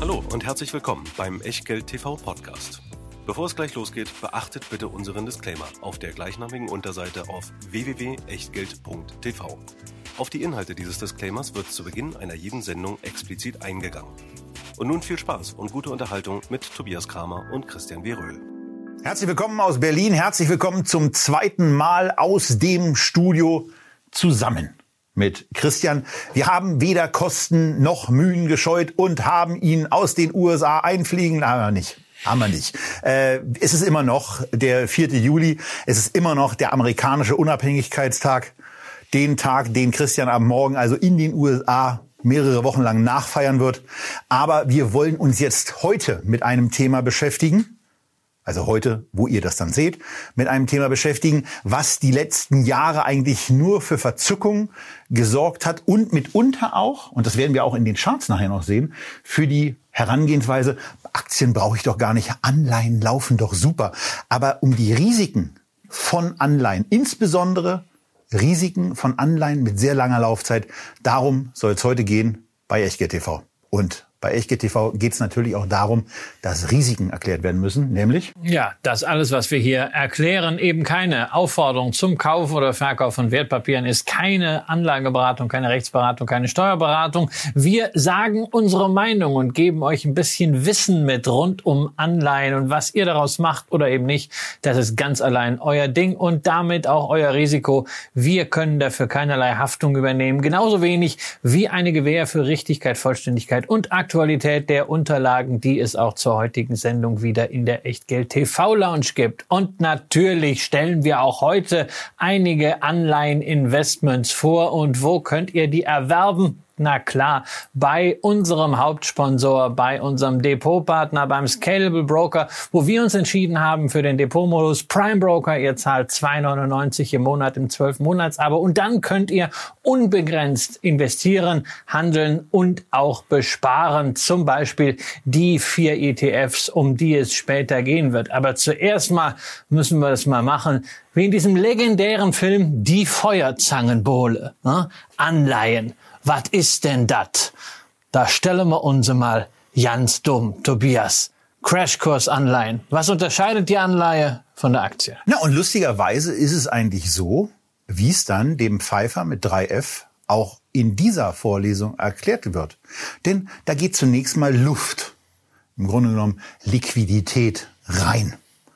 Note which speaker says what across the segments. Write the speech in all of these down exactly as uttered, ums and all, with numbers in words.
Speaker 1: Hallo und herzlich willkommen beim Echtgeld T V Podcast. Bevor es gleich losgeht, beachtet bitte unseren Disclaimer auf der gleichnamigen Unterseite auf w w w punkt echtgeld punkt t v. Auf die Inhalte dieses Disclaimers wird zu Beginn einer jeden Sendung explizit eingegangen. Und nun viel Spaß und gute Unterhaltung mit Tobias Kramer und Christian W. Röhl.
Speaker 2: Herzlich willkommen aus Berlin, herzlich willkommen zum zweiten Mal aus dem Studio zusammen mit Christian. Wir haben weder Kosten noch Mühen gescheut und haben ihn aus den U S A einfliegen, aber nicht. Haben wir nicht. Äh, es ist immer noch der vierte Juli. Es ist immer noch der amerikanische Unabhängigkeitstag. Den Tag, den Christian am Morgen also in den U S A mehrere Wochen lang nachfeiern wird. Aber wir wollen uns jetzt heute mit einem Thema beschäftigen. Also heute, wo ihr das dann seht, mit einem Thema beschäftigen, was die letzten Jahre eigentlich nur für Verzückung gesorgt hat und mitunter auch, und das werden wir auch in den Charts nachher noch sehen, für die Herangehensweise, Aktien brauche ich doch gar nicht, Anleihen laufen doch super. Aber um die Risiken von Anleihen, insbesondere Risiken von Anleihen mit sehr langer Laufzeit, darum soll es heute gehen bei Echtgeld T V. Und bei Echtgeld T V geht es natürlich auch darum, dass Risiken erklärt werden müssen, nämlich?
Speaker 3: Ja, dass alles, was wir hier erklären, eben keine Aufforderung zum Kauf oder Verkauf von Wertpapieren ist, keine Anlageberatung, keine Rechtsberatung, keine Steuerberatung. Wir sagen unsere Meinung und geben euch ein bisschen Wissen mit rund um Anleihen und was ihr daraus macht oder eben nicht. Das ist ganz allein euer Ding und damit auch euer Risiko. Wir können dafür keinerlei Haftung übernehmen, genauso wenig wie eine Gewähr für Richtigkeit, Vollständigkeit und Aktualität der Unterlagen, die es auch zur heutigen Sendung wieder in der Echtgeld T V Lounge gibt. Und natürlich stellen wir auch heute einige Anleihen-Investments vor. Und wo könnt ihr die erwerben? Na klar, bei unserem Hauptsponsor, bei unserem Depotpartner, beim Scalable Broker, wo wir uns entschieden haben für den Depotmodus Prime Broker. Ihr zahlt zwei neunundneunzig im Monat im zwölf Monats-Abo und dann könnt ihr unbegrenzt investieren, handeln und auch besparen. Zum Beispiel die vier E T Fs, um die es später gehen wird. Aber zuerst mal müssen wir das mal machen, wie in diesem legendären Film Die Feuerzangenbowle, ne? Anleihen. Was ist denn das? Da stellen wir uns mal ganz dumm, Tobias. Crashkurs-Anleihen. Was unterscheidet die Anleihe von der Aktie?
Speaker 2: Na, und lustigerweise ist es eigentlich so, wie es dann dem Pfeiffer mit drei F auch in dieser Vorlesung erklärt wird. Denn da geht zunächst mal Luft, im Grunde genommen Liquidität rein.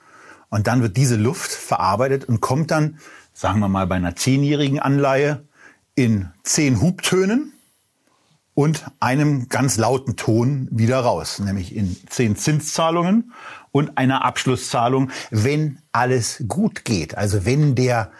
Speaker 2: Und dann wird diese Luft verarbeitet und kommt dann, sagen wir mal, bei einer zehnjährigen Anleihe in zehn Hubtönen und einem ganz lauten Ton wieder raus, nämlich in zehn Zinszahlungen und einer Abschlusszahlung, wenn alles gut geht. Also wenn der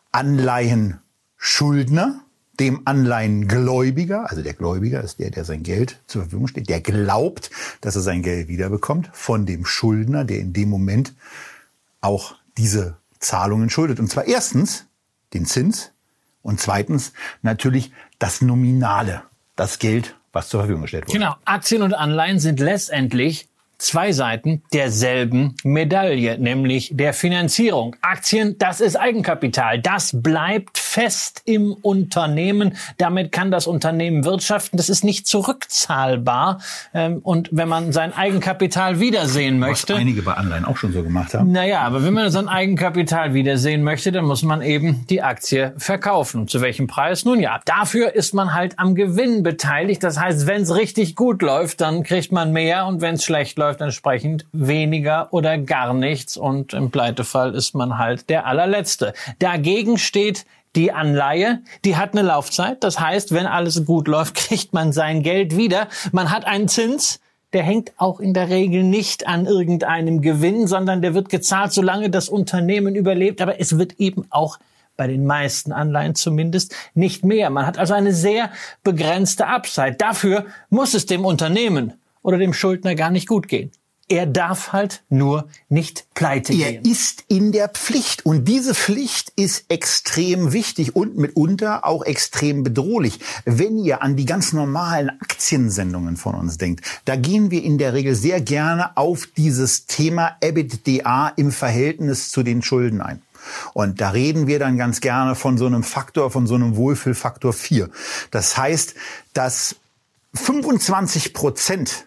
Speaker 2: Anleihenschuldner dem Anleihengläubiger, also der Gläubiger ist der, der sein Geld zur Verfügung steht, der glaubt, dass er sein Geld wiederbekommt von dem Schuldner, der in dem Moment auch diese Zahlungen schuldet. Und zwar erstens den Zins, und zweitens natürlich das Nominale, das Geld, was zur Verfügung gestellt wurde.
Speaker 3: Genau, Aktien und Anleihen sind letztendlich zwei Seiten derselben Medaille, nämlich der Finanzierung. Aktien, das ist Eigenkapital. Das bleibt fest im Unternehmen. Damit kann das Unternehmen wirtschaften. Das ist nicht zurückzahlbar. Und wenn man sein Eigenkapital wiedersehen möchte...
Speaker 2: Was einige bei Anleihen auch schon so gemacht haben.
Speaker 3: Naja, aber wenn man sein Eigenkapital wiedersehen möchte, dann muss man eben die Aktie verkaufen. Zu welchem Preis? Nun ja, dafür ist man halt am Gewinn beteiligt. Das heißt, wenn es richtig gut läuft, dann kriegt man mehr und wenn es schlecht läuft, entsprechend weniger oder gar nichts und im Pleitefall ist man halt der allerletzte. Dagegen steht die Anleihe, die hat eine Laufzeit. Das heißt, wenn alles gut läuft, kriegt man sein Geld wieder. Man hat einen Zins, der hängt auch in der Regel nicht an irgendeinem Gewinn, sondern der wird gezahlt, solange das Unternehmen überlebt. Aber es wird eben auch bei den meisten Anleihen zumindest nicht mehr. Man hat also eine sehr begrenzte Upside. Dafür muss es dem Unternehmen oder dem Schuldner gar nicht gut gehen. Er darf halt nur nicht pleite gehen.
Speaker 2: Er ist in der Pflicht und diese Pflicht ist extrem wichtig und mitunter auch extrem bedrohlich. Wenn ihr an die ganz normalen Aktiensendungen von uns denkt, da gehen wir in der Regel sehr gerne auf dieses Thema EBITDA im Verhältnis zu den Schulden ein. Und da reden wir dann ganz gerne von so einem Faktor, von so einem Wohlfühlfaktor vier. Das heißt, dass fünfundzwanzig Prozent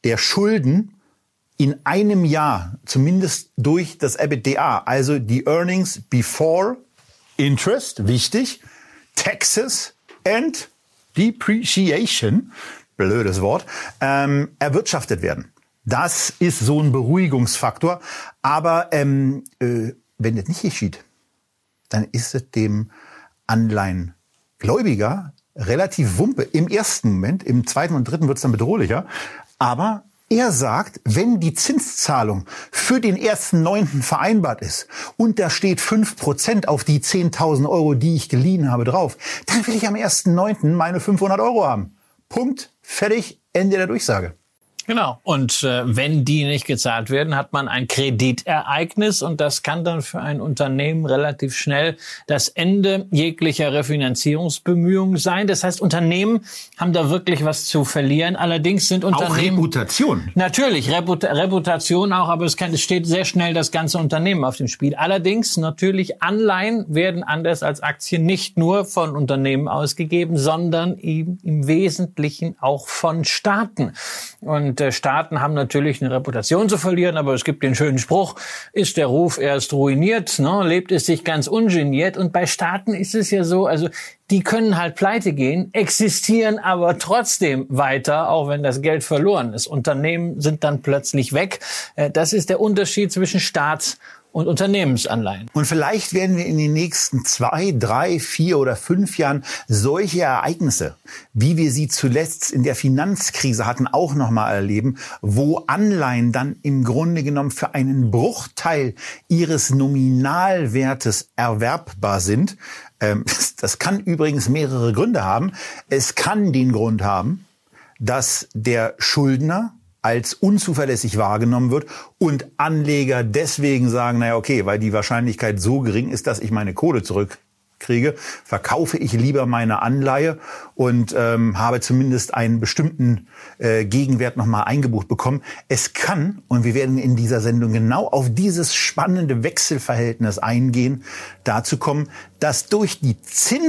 Speaker 2: der Schulden in einem Jahr, zumindest durch das EBITDA, also die Earnings before Interest, wichtig, Taxes and Depreciation, blödes Wort, ähm, erwirtschaftet werden. Das ist so ein Beruhigungsfaktor. Aber ähm, äh, wenn das nicht geschieht, dann ist es dem Anleihengläubiger relativ wumpe. Im ersten Moment, im zweiten und dritten wird es dann bedrohlicher. Aber er sagt, wenn die Zinszahlung für den ersten Neunten vereinbart ist und da steht fünf Prozent auf die zehntausend Euro, die ich geliehen habe, drauf, dann will ich am ersten Neunten meine fünfhundert Euro haben. Punkt, fertig, Ende der Durchsage.
Speaker 3: Genau. Und äh, wenn die nicht gezahlt werden, hat man ein Kreditereignis und das kann dann für ein Unternehmen relativ schnell das Ende jeglicher Refinanzierungsbemühungen sein. Das heißt, Unternehmen haben da wirklich was zu verlieren. Allerdings sind Unternehmen...
Speaker 2: Auch Reputation.
Speaker 3: Natürlich, Reput- Reputation auch, aber es, kann, es steht sehr schnell das ganze Unternehmen auf dem Spiel. Allerdings natürlich Anleihen werden anders als Aktien nicht nur von Unternehmen ausgegeben, sondern eben im Wesentlichen auch von Staaten. Und Und Staaten haben natürlich eine Reputation zu verlieren, aber es gibt den schönen Spruch, ist der Ruf erst ruiniert, ne, lebt es sich ganz ungeniert. Und bei Staaten ist es ja so, also die können halt pleite gehen, existieren aber trotzdem weiter, auch wenn das Geld verloren ist. Unternehmen sind dann plötzlich weg. Das ist der Unterschied zwischen Staats- und Unternehmensanleihen.
Speaker 2: Und vielleicht werden wir in den nächsten zwei, drei, vier oder fünf Jahren solche Ereignisse, wie wir sie zuletzt in der Finanzkrise hatten, auch nochmal erleben, wo Anleihen dann im Grunde genommen für einen Bruchteil ihres Nominalwertes erwerbbar sind. Das kann übrigens mehrere Gründe haben. Es kann den Grund haben, dass der Schuldner als unzuverlässig wahrgenommen wird und Anleger deswegen sagen, naja, okay, weil die Wahrscheinlichkeit so gering ist, dass ich meine Kohle zurückkriege, verkaufe ich lieber meine Anleihe und ähm, habe zumindest einen bestimmten äh, Gegenwert nochmal eingebucht bekommen. Es kann, und wir werden in dieser Sendung genau auf dieses spannende Wechselverhältnis eingehen, dazu kommen, dass durch die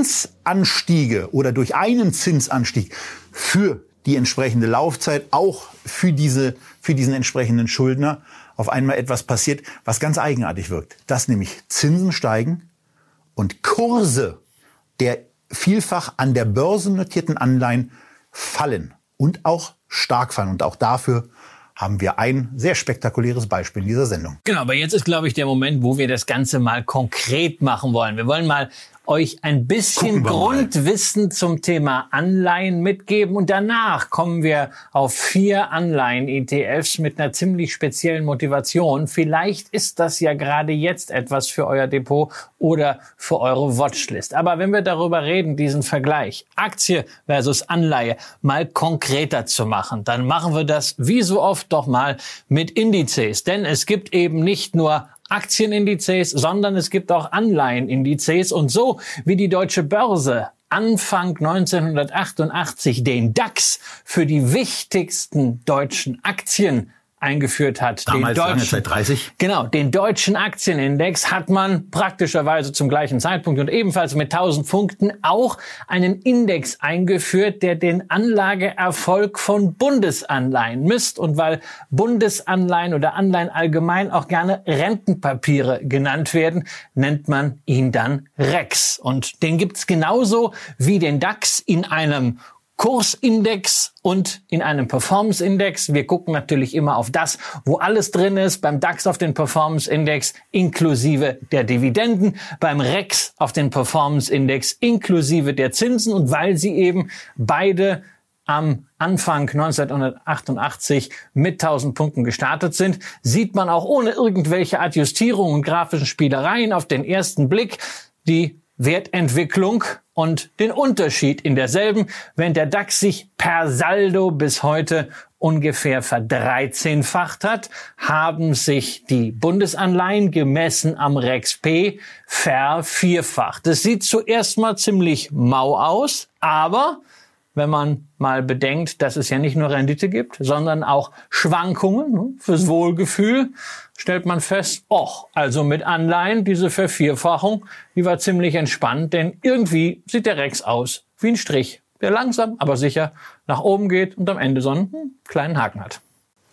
Speaker 2: Zinsanstiege oder durch einen Zinsanstieg für die entsprechende Laufzeit auch für diese, für diesen entsprechenden Schuldner auf einmal etwas passiert, was ganz eigenartig wirkt. Dass nämlich Zinsen steigen und Kurse der vielfach an der Börse notierten Anleihen fallen und auch stark fallen. Und auch dafür haben wir ein sehr spektakuläres Beispiel in dieser Sendung.
Speaker 3: Genau, aber jetzt ist, glaube ich, der Moment, wo wir das Ganze mal konkret machen wollen. Wir wollen mal euch ein bisschen Grundwissen zum Thema Anleihen mitgeben und danach kommen wir auf vier Anleihen-E T Fs mit einer ziemlich speziellen Motivation. Vielleicht ist das ja gerade jetzt etwas für euer Depot oder für eure Watchlist. Aber wenn wir darüber reden, diesen Vergleich Aktie versus Anleihe mal konkreter zu machen, dann machen wir das wie so oft doch mal mit Indizes. Denn es gibt eben nicht nur Aktienindizes, sondern es gibt auch Anleihenindizes. Und so wie die Deutsche Börse Anfang neunzehnhundertachtundachtzig den DAX für die wichtigsten deutschen Aktien eingeführt hat.
Speaker 2: Damals
Speaker 3: den deutschen,
Speaker 2: lange Zeit dreißig.
Speaker 3: Genau, den deutschen Aktienindex hat man praktischerweise zum gleichen Zeitpunkt und ebenfalls mit tausend Punkten auch einen Index eingeführt, der den Anlageerfolg von Bundesanleihen misst. Und weil Bundesanleihen oder Anleihen allgemein auch gerne Rentenpapiere genannt werden, nennt man ihn dann REX. Und den gibt's genauso wie den DAX in einem Kursindex und in einem Performance-Index. Wir gucken natürlich immer auf das, wo alles drin ist. Beim DAX auf den Performance-Index inklusive der Dividenden, beim REX auf den Performance-Index inklusive der Zinsen. Und weil sie eben beide am Anfang neunzehnhundertachtundachtzig mit tausend Punkten gestartet sind, sieht man auch ohne irgendwelche Adjustierungen und grafischen Spielereien auf den ersten Blick die Wertentwicklung und den Unterschied in derselben. Wenn der DAX sich per Saldo bis heute ungefähr verdreizehnfacht hat, haben sich die Bundesanleihen gemessen am REX-P vervierfacht. Das sieht zuerst mal ziemlich mau aus, aber wenn man mal bedenkt, dass es ja nicht nur Rendite gibt, sondern auch Schwankungen fürs Wohlgefühl, stellt man fest, och, also mit Anleihen, diese Vervierfachung, die war ziemlich entspannt, denn irgendwie sieht der REX aus wie ein Strich, der langsam, aber sicher nach oben geht und am Ende so einen kleinen Haken hat.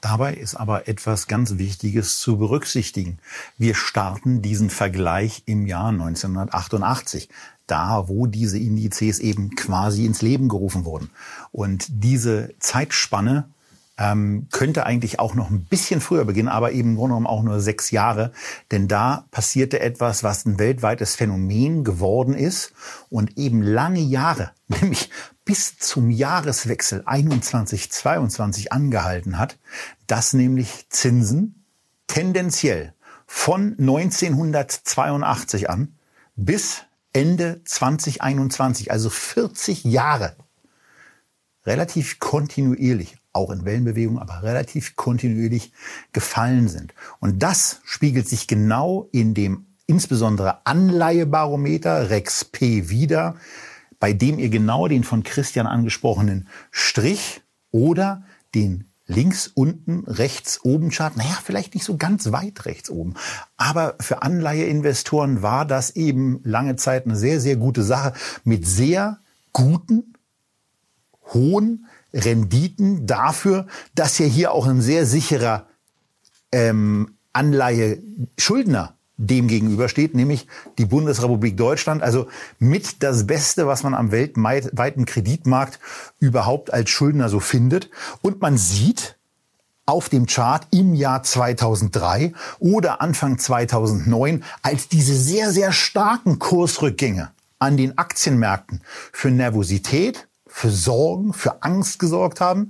Speaker 2: Dabei ist aber etwas ganz Wichtiges zu berücksichtigen. Wir starten diesen Vergleich im Jahr neunzehnhundertachtundachtzig, da wo diese Indizes eben quasi ins Leben gerufen wurden. Und diese Zeitspanne ähm, könnte eigentlich auch noch ein bisschen früher beginnen, aber eben im Grunde genommen auch nur sechs Jahre. Denn da passierte etwas, was ein weltweites Phänomen geworden ist und eben lange Jahre, nämlich bis zum Jahreswechsel einundzwanzig zweiundzwanzig angehalten hat, dass nämlich Zinsen tendenziell von neunzehnhundertzweiundachtzig an bis Ende zwanzig einundzwanzig, also vierzig Jahre, relativ kontinuierlich, auch in Wellenbewegungen, aber relativ kontinuierlich gefallen sind. Und das spiegelt sich genau in dem insbesondere Anleihebarometer REX-P wider, bei dem ihr genau den von Christian angesprochenen Strich oder den links unten, rechts oben Chart, naja, vielleicht nicht so ganz weit rechts oben, aber für Anleiheinvestoren war das eben lange Zeit eine sehr, sehr gute Sache mit sehr guten, hohen Renditen dafür, dass ja hier auch ein sehr sicherer ähm, Anleihe-Schuldner dem gegenübersteht, nämlich die Bundesrepublik Deutschland, also mit das Beste, was man am weltweiten Kreditmarkt überhaupt als Schuldner so findet. Und man sieht auf dem Chart im Jahr zweitausenddrei oder Anfang zweitausendneun, als diese sehr, sehr starken Kursrückgänge an den Aktienmärkten für Nervosität, für Sorgen, für Angst gesorgt haben,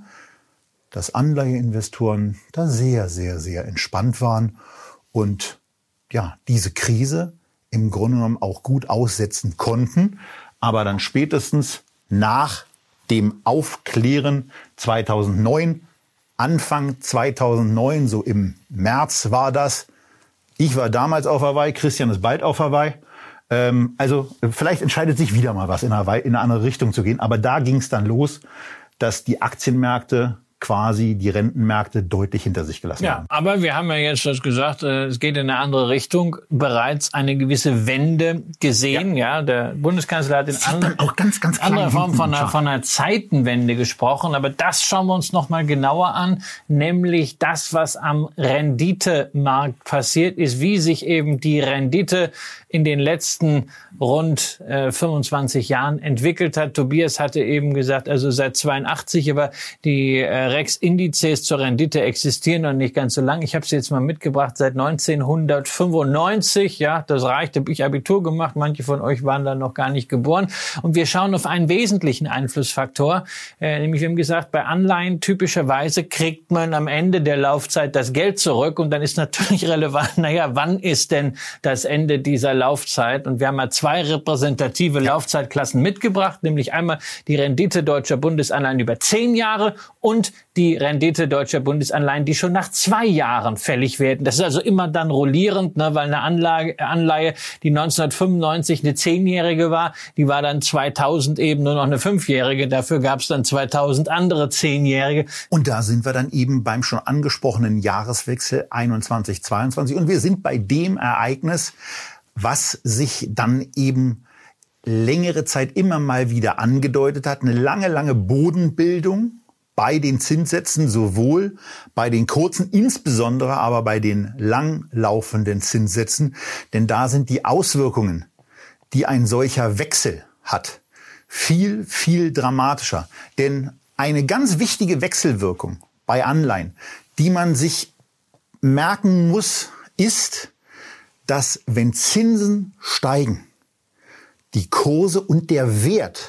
Speaker 2: dass Anleiheinvestoren da sehr, sehr, sehr entspannt waren und ja, diese Krise im Grunde genommen auch gut aussetzen konnten, aber dann spätestens nach dem Aufklären zweitausendneun, Anfang zweitausendneun, so im März war das. Ich war damals auf Hawaii, Christian ist bald auf Hawaii. Ähm, also vielleicht entscheidet sich wieder mal was in Hawaii in eine andere Richtung zu gehen, aber da ging es dann los, dass die Aktienmärkte quasi die Rentenmärkte deutlich hinter sich gelassen
Speaker 3: ja,
Speaker 2: haben.
Speaker 3: Aber wir haben ja jetzt das gesagt, es geht in eine andere Richtung, bereits eine gewisse Wende gesehen. Ja, ja der Bundeskanzler hat in anderen,
Speaker 2: auch ganz, ganz
Speaker 3: anderer Form von einer, von einer Zeitenwende gesprochen. Aber das schauen wir uns noch mal genauer an, nämlich das, was am Renditemarkt passiert ist, wie sich eben die Rendite in den letzten rund äh, fünfundzwanzig Jahren entwickelt hat. Tobias hatte eben gesagt, also seit zweiundachtzig, aber die äh, REX-Indizes zur Rendite existieren noch nicht ganz so lange. Ich habe sie jetzt mal mitgebracht seit neunzehnhundertfünfundneunzig. Ja, das reicht, habe ich Abitur gemacht. Manche von euch waren da noch gar nicht geboren. Und wir schauen auf einen wesentlichen Einflussfaktor, äh, nämlich wir haben gesagt, bei Anleihen typischerweise kriegt man am Ende der Laufzeit das Geld zurück. Und dann ist natürlich relevant, naja, wann ist denn das Ende dieser Laufzeit? Und wir haben mal zwei repräsentative Laufzeitklassen mitgebracht, nämlich einmal die Rendite deutscher Bundesanleihen über zehn Jahre und die Rendite deutscher Bundesanleihen, die schon nach zwei Jahren fällig werden. Das ist also immer dann rollierend, ne, weil eine Anlage, Anleihe, die neunzehnhundertfünfundneunzig eine zehnjährige war, die war dann zweitausend eben nur noch eine fünfjährige. Dafür gab es dann zweitausend andere zehnjährige.
Speaker 2: Und da sind wir dann eben beim schon angesprochenen Jahreswechsel einundzwanzig zweiundzwanzig. Und wir sind bei dem Ereignis, was sich dann eben längere Zeit immer mal wieder angedeutet hat. Eine lange, lange Bodenbildung bei den Zinssätzen, sowohl bei den kurzen, insbesondere aber bei den langlaufenden Zinssätzen. Denn da sind die Auswirkungen, die ein solcher Wechsel hat, viel, viel dramatischer. Denn eine ganz wichtige Wechselwirkung bei Anleihen, die man sich merken muss, ist, dass wenn Zinsen steigen, die Kurse und der Wert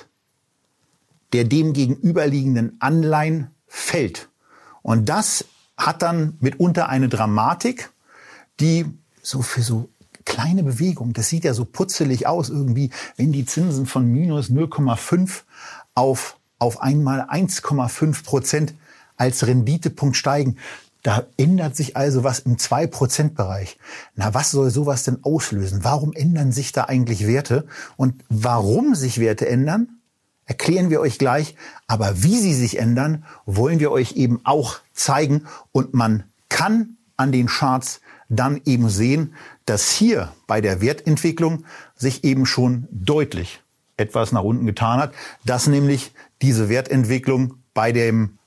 Speaker 2: der dem gegenüberliegenden Anleihen fällt. Und das hat dann mitunter eine Dramatik, die so für so kleine Bewegungen, das sieht ja so putzelig aus irgendwie, wenn die Zinsen von minus null Komma fünf auf, auf einmal eins Komma fünf Prozent als Renditepunkt steigen. Da ändert sich also was im zwei Prozent Bereich. Na, was soll sowas denn auslösen? Warum ändern sich da eigentlich Werte? Und warum sich Werte ändern, erklären wir euch gleich. Aber wie sie sich ändern, wollen wir euch eben auch zeigen. Und man kann an den Charts dann eben sehen, dass hier bei der Wertentwicklung sich eben schon deutlich etwas nach unten getan hat. Dass nämlich diese Wertentwicklung bei dem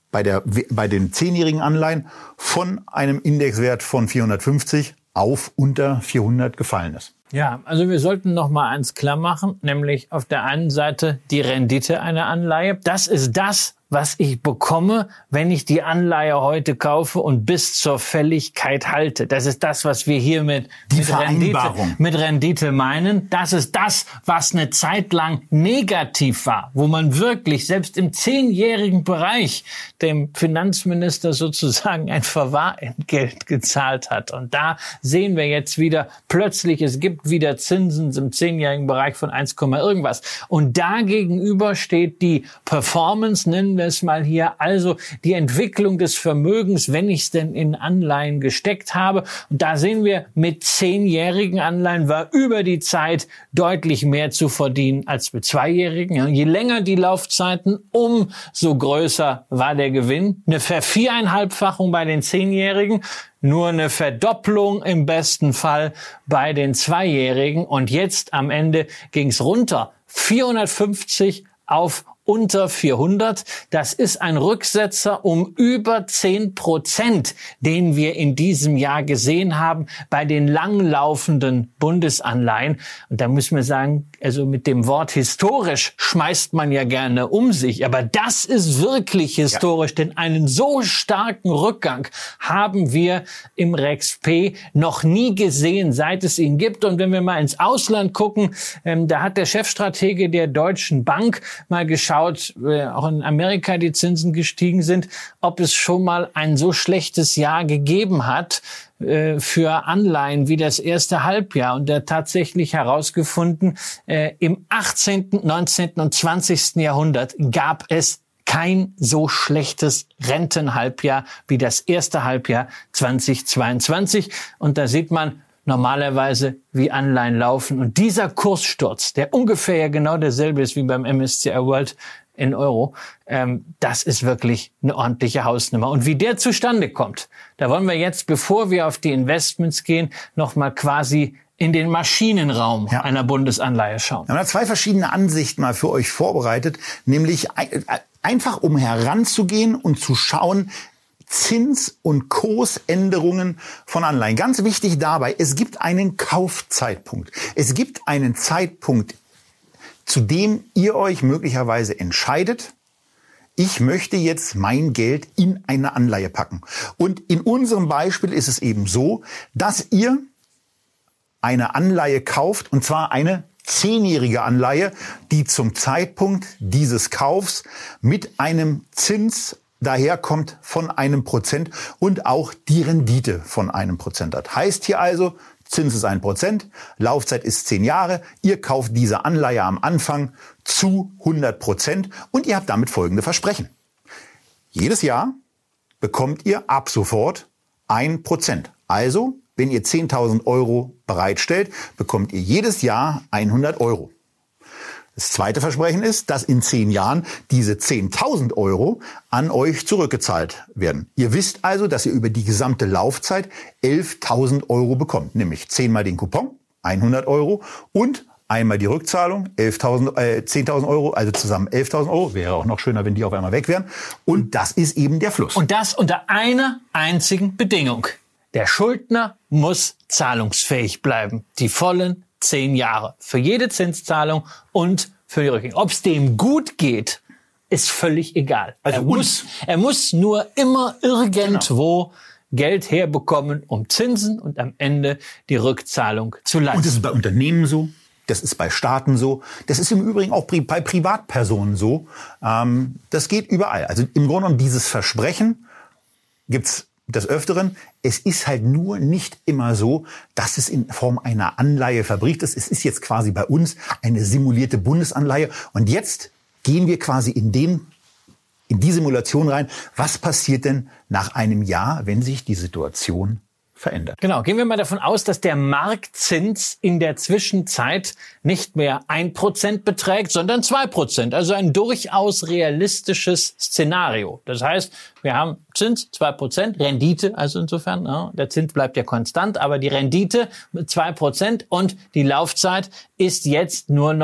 Speaker 2: bei der, bei den zehnjährigen Anleihen von einem Indexwert von vierhundertfünfzig auf unter vierhundert gefallen ist.
Speaker 3: Ja, also wir sollten noch mal eins klar machen, nämlich auf der einen Seite die Rendite einer Anleihe. Das ist das, was ich bekomme, wenn ich die Anleihe heute kaufe und bis zur Fälligkeit halte. Das ist das, was wir hier mit,
Speaker 2: die
Speaker 3: mit, Rendite, mit Rendite meinen. Das ist das, was eine Zeit lang negativ war, wo man wirklich selbst im zehnjährigen Bereich dem Finanzminister sozusagen ein Verwahrentgelt gezahlt hat. Und da sehen wir jetzt wieder plötzlich, es gibt wieder Zinsen im zehnjährigen Bereich von eins, irgendwas. Und da gegenüber steht die Performance, nennen wir es mal hier, also die Entwicklung des Vermögens, wenn ich es denn in Anleihen gesteckt habe. Und da sehen wir, mit zehnjährigen Anleihen war über die Zeit deutlich mehr zu verdienen als mit zweijährigen. Je länger die Laufzeiten, umso größer war der Gewinn. Eine Verviereinhalbfachung bei den zehnjährigen, nur eine Verdopplung im besten Fall bei den zweijährigen. Und jetzt am Ende ging es runter. vierhundertfünfzig auf unter vierhundert. Das ist ein Rücksetzer um über zehn Prozent, den wir in diesem Jahr gesehen haben bei den langlaufenden Bundesanleihen. Und da müssen wir sagen, also mit dem Wort historisch schmeißt man ja gerne um sich. Aber das ist wirklich historisch, ja. Denn einen so starken Rückgang haben wir im REXP noch nie gesehen, seit es ihn gibt. Und wenn wir mal ins Ausland gucken, ähm, da hat der Chefstratege der Deutschen Bank mal geschaut, auch in Amerika die Zinsen gestiegen sind, ob es schon mal ein so schlechtes Jahr gegeben hat äh, für Anleihen wie das erste Halbjahr. Und er hat tatsächlich herausgefunden, äh, im achtzehnten, neunzehnten und zwanzigsten Jahrhundert gab es kein so schlechtes Rentenhalbjahr wie das erste Halbjahr zweitausendzweiundzwanzig. Und da sieht man normalerweise, wie Anleihen laufen. Und dieser Kurssturz, der ungefähr ja genau derselbe ist wie beim M S C I World in Euro, ähm, das ist wirklich eine ordentliche Hausnummer. Und wie der zustande kommt, da wollen wir jetzt, bevor wir auf die Investments gehen, nochmal quasi in den Maschinenraum ja. einer Bundesanleihe schauen.
Speaker 2: Wir haben da zwei verschiedene Ansichten mal für euch vorbereitet, nämlich einfach um heranzugehen und zu schauen, Zins- und Kursänderungen von Anleihen. Ganz wichtig dabei, es gibt einen Kaufzeitpunkt. Es gibt einen Zeitpunkt, zu dem ihr euch möglicherweise entscheidet, ich möchte jetzt mein Geld in eine Anleihe packen. Und in unserem Beispiel ist es eben so, dass ihr eine Anleihe kauft, und zwar eine zehnjährige Anleihe, die zum Zeitpunkt dieses Kaufs mit einem Zins daherkommt von einem Prozent und auch die Rendite von einem Prozent hat. Heißt hier also, Zins ist ein Prozent, Laufzeit ist zehn Jahre, ihr kauft diese Anleihe am Anfang zu hundert Prozent und ihr habt damit folgende Versprechen. Jedes Jahr bekommt ihr ab sofort ein Prozent. Also, wenn ihr zehntausend Euro bereitstellt, bekommt ihr jedes Jahr hundert Euro. Das zweite Versprechen ist, dass in zehn Jahren diese zehntausend Euro an euch zurückgezahlt werden. Ihr wisst also, dass ihr über die gesamte Laufzeit elftausend Euro bekommt. Nämlich zehnmal den Coupon, hundert Euro, und einmal die Rückzahlung, elftausend, äh, zehntausend Euro, also zusammen elftausend Euro. Wäre auch noch schöner, wenn die auf einmal weg wären. Und das ist eben der Fluss.
Speaker 3: Und das unter einer einzigen Bedingung. Der Schuldner muss zahlungsfähig bleiben. Die vollen zehn Jahre. Für jede Zinszahlung und für die Rückgänge. Ob es dem gut geht, ist völlig egal. Also er muss, er muss nur immer irgendwo genau. Geld herbekommen, um Zinsen und am Ende die Rückzahlung zu leisten.
Speaker 2: Und das ist bei Unternehmen so. Das ist bei Staaten so. Das ist im Übrigen auch bei Privatpersonen so. Das geht überall. Also im Grunde genommen dieses Versprechen gibt's des Öfteren. Es ist halt nur nicht immer so, dass es in Form einer Anleihe verbrieft ist. Es ist jetzt quasi bei uns eine simulierte Bundesanleihe. Und jetzt gehen wir quasi in den, in die Simulation rein. Was passiert denn nach einem Jahr, wenn sich die Situation verändert?
Speaker 3: Genau, gehen wir mal davon aus, dass der Marktzins in der Zwischenzeit nicht mehr ein Prozent beträgt, sondern zwei Prozent. Also ein durchaus realistisches Szenario. Das heißt, wir haben Zins zwei Prozent, Rendite, also insofern, ja, der Zins bleibt ja konstant, aber die Rendite mit zwei Prozent und die Laufzeit ist jetzt nur noch